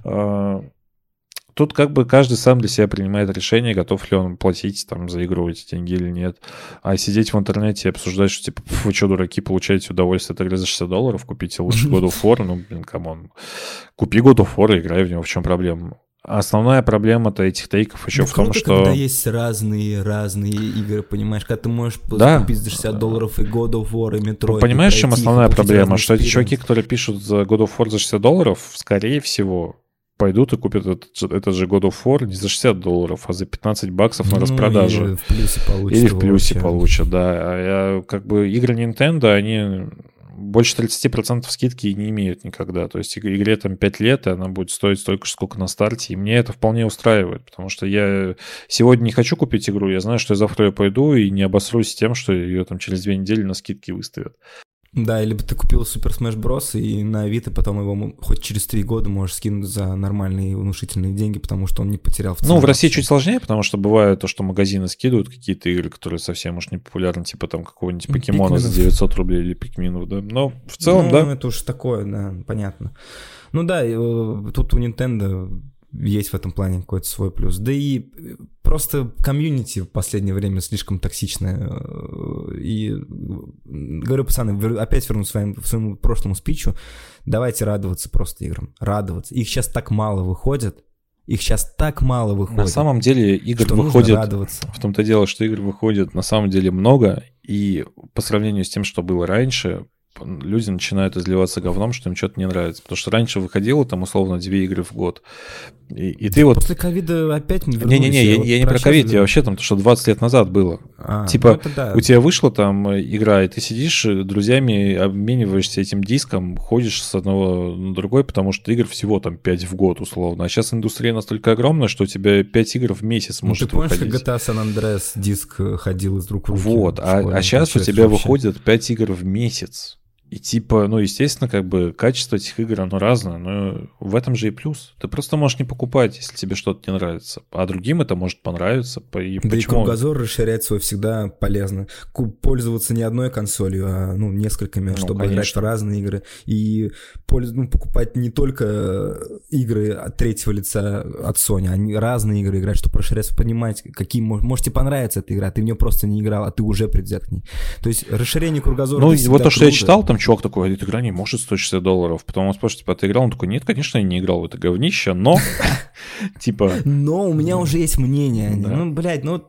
Тут как бы каждый сам для себя принимает решение, готов ли он платить там за игру эти деньги или нет. А сидеть в интернете и обсуждать, что типа, вы что, дураки, получаете удовольствие от игры за шестьдесят долларов, купите лучше God of War, ну, блин, камон. Купи God of War и играй в него, в чем проблема? А основная проблема-то этих тейков еще Да в том, круто, что... когда есть разные, разные игры, понимаешь, когда ты можешь Да. купить за шестьдесят долларов и God of War, и Metroid. Ну, понимаешь, в чем основная проблема? Что эти чуваки, чуваки... которые пишут за God of War за шестьдесят долларов, скорее всего, пойдут и купят этот, же- этот же God of War не за шестьдесят долларов, а за пятнадцать баксов на распродаже. Или в плюсе получат. Или в его плюсе вообще. получат, да. А я, как бы игры Nintendo, они больше тридцать процентов скидки не имеют никогда. То есть иг- игре там пять лет, и она будет стоить столько же, сколько на старте. И мне это вполне устраивает, потому что я сегодня не хочу купить игру, я знаю, что я завтра ее пойду и не обосрусь тем, что ее там через две недели на скидке выставят. Да, или бы ты купил Super Smash Bros. И на Авито потом его м- хоть через три года можешь скинуть за нормальные внушительные деньги, потому что он не потерял в цене. Ну, в России вообще. чуть сложнее, потому что бывает то, что магазины скидывают какие-то игры, которые совсем уж не популярны, типа там какого-нибудь Ну, покемона за Пикменов. девятьсот рублей или пикминов, да. Но в целом, ну, да. это уж такое, да, понятно. Ну да, и, э, тут у Nintendo есть в этом плане какой-то свой плюс. Да и э, просто комьюнити в последнее время слишком токсичное. э, И э, говорю, пацаны, вер- опять вернусь к своим- к своему прошлому спичу. Давайте радоваться просто играм. Радоваться. Их сейчас так мало выходит. Их сейчас так мало выходит. На самом деле игр что нужно выходит... радоваться. В том-то дело, что игр выходит на самом деле много, и по сравнению с тем, что было раньше, люди начинают изливаться говном, что им что-то не нравится. Потому что раньше выходило там условно две игры в год. И, и ты вот... После ковида опять не вернулись. Не-не-не, я, вот я не про сейчас ковид, люди- я вообще там, то, что двадцать лет назад было. А, типа, ну это да. У тебя вышла там игра, и ты сидишь с друзьями, обмениваешься этим диском, ходишь с одного на другой, потому что игр всего там пять в год условно. А сейчас индустрия настолько огромная, что у тебя пять игр в месяц Ну, может ты помнишь, выходить. как джи ти эй San Andreas диск э, ходил из рук в руки? Вот, в а, школе? а сейчас Вообще, у это тебя вообще- выходит пять игр в месяц. И типа, ну, естественно, как бы качество этих игр, оно разное, но в этом же и плюс. Ты просто можешь не покупать, если тебе что-то не нравится. А другим это может понравиться. По- И Да и почему? кругозор расширять свой всегда полезно. Ку- Пользоваться не одной консолью, а ну, несколькими, Ну, чтобы играть в конечно. разные игры. И польз- ну, покупать не только игры от третьего лица от Sony, а не- разные игры играть, чтобы расширяться, понимать, какие... мож- Может, тебе понравится эта игра, ты в нее просто не играл, а ты уже предвзят к ней. То есть расширение кругозора... Ну, это всегда вот то, что я круто. читал, там чувак такой, эта игра не может стоить шестьдесят долларов. Потом он спрашивает, типа, а ты играл? Он такой, нет, конечно, я не играл в это говнище, но, типа... Но у меня уже есть мнение. о ней. Да. Ну, блядь, ну...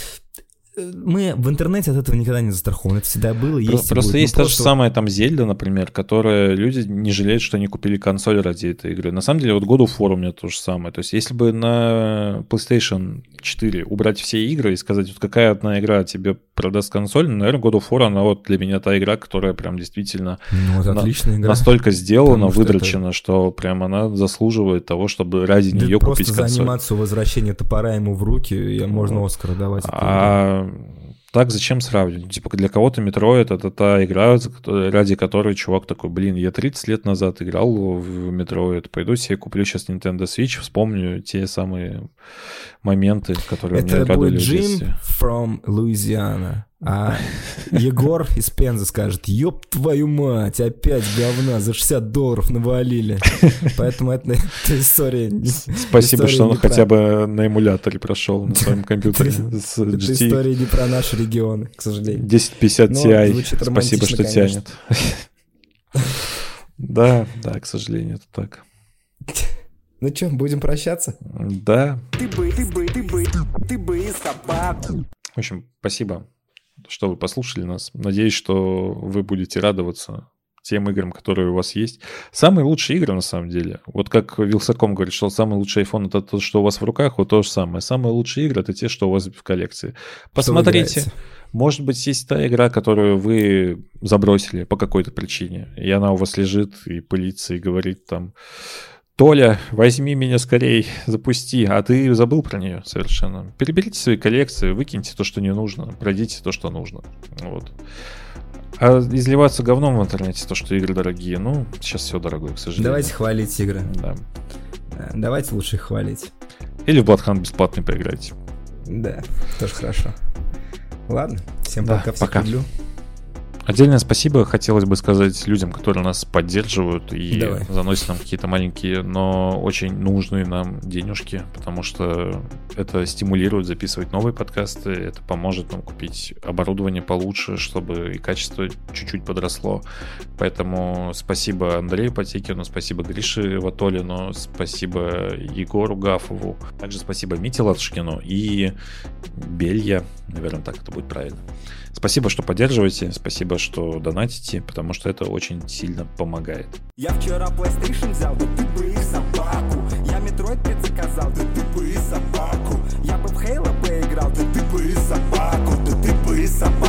э, Мы в интернете от этого никогда не застрахованы. Это всегда было, есть Просто, и просто будет. есть Ну, та же просто- самая там Зельда, например, которая люди не жалеют, что они купили консоль ради этой игры. На самом деле, вот God of War у меня то же самое. То есть, если бы на PlayStation четыре убрать все игры и сказать, вот какая одна игра тебе продаст консоль, ну, наверное, God of War, она вот для меня та игра, которая прям действительно Ну, это на- отличная игра. настолько сделана, Потому что выдрочена, что прям она заслуживает того, чтобы ради Да нее просто купить за консоль. анимацию возвращения топора ему в руки и можно Вот. Оскар давать. А так зачем сравнивать? Типа для кого-то Metroid это та игра, за ко- ради которой чувак такой, блин, я тридцать лет назад играл в Metroid, пойду себе куплю сейчас Nintendo Switch, вспомню те самые моменты, которые меня Это радовали будет в Джим детстве. from Louisiana. А Егор из Пензы скажет: ёб твою мать, опять говна за шестьдесят долларов навалили. Поэтому это, это история... не- Спасибо, история что он не хотя про- бы на эмуляторе прошел на своем компьютере с Это джи ти история не про наши регионы, к сожалению. десять пятьдесят Но Ti. звучит Спасибо, что романтично, конечно. тянет. Да, да, к сожалению, это так. Ну что, будем прощаться? Да. Ты бы, ты бы, ты бы, ты бы собаку. В общем, спасибо что вы послушали нас. Надеюсь, что вы будете радоваться тем играм, которые у вас есть. Самые лучшие игры, на самом деле, вот как Вилсаком говорит, что самый лучший iPhone — это то, что у вас в руках, вот то же самое. Самые лучшие игры — это те, что у вас в коллекции. Посмотрите. Может быть, есть та игра, которую вы забросили по какой-то причине, и она у вас лежит и пылится, и говорит там: Толя, возьми меня скорей, запусти, а ты забыл про нее совершенно. Переберите свои коллекции, выкиньте то, что не нужно, пройдите то, что нужно. Вот. А изливаться говном в интернете, то, что игры дорогие, ну, сейчас все дорогое, к сожалению. Давайте хвалить игры. Да. Давайте лучше их хвалить. Или в Bloodhound бесплатный поиграйте. Да, тоже хорошо. Ладно, всем да, пока, всех пока. люблю. Отдельное спасибо хотелось бы сказать людям, которые нас поддерживают и Давай. заносят нам какие-то маленькие, но очень нужные нам денежки, потому что это стимулирует записывать новые подкасты, это поможет нам купить оборудование получше, чтобы и качество чуть-чуть подросло. Поэтому спасибо Андрею Потекину, спасибо Грише Ватолину, спасибо Егору Гафову, также спасибо Мите Латышкину и Белья, наверное, так это будет правильно. Спасибо, что поддерживаете, спасибо, что донатите, потому что это очень сильно помогает. Я вчера PlayStation взял, да ты бы их собаку. Я Metroid предзаказал, да ты бы и собаку. Я бы в Halo поиграл, да ты бы и собаку, да ты бы и собаку.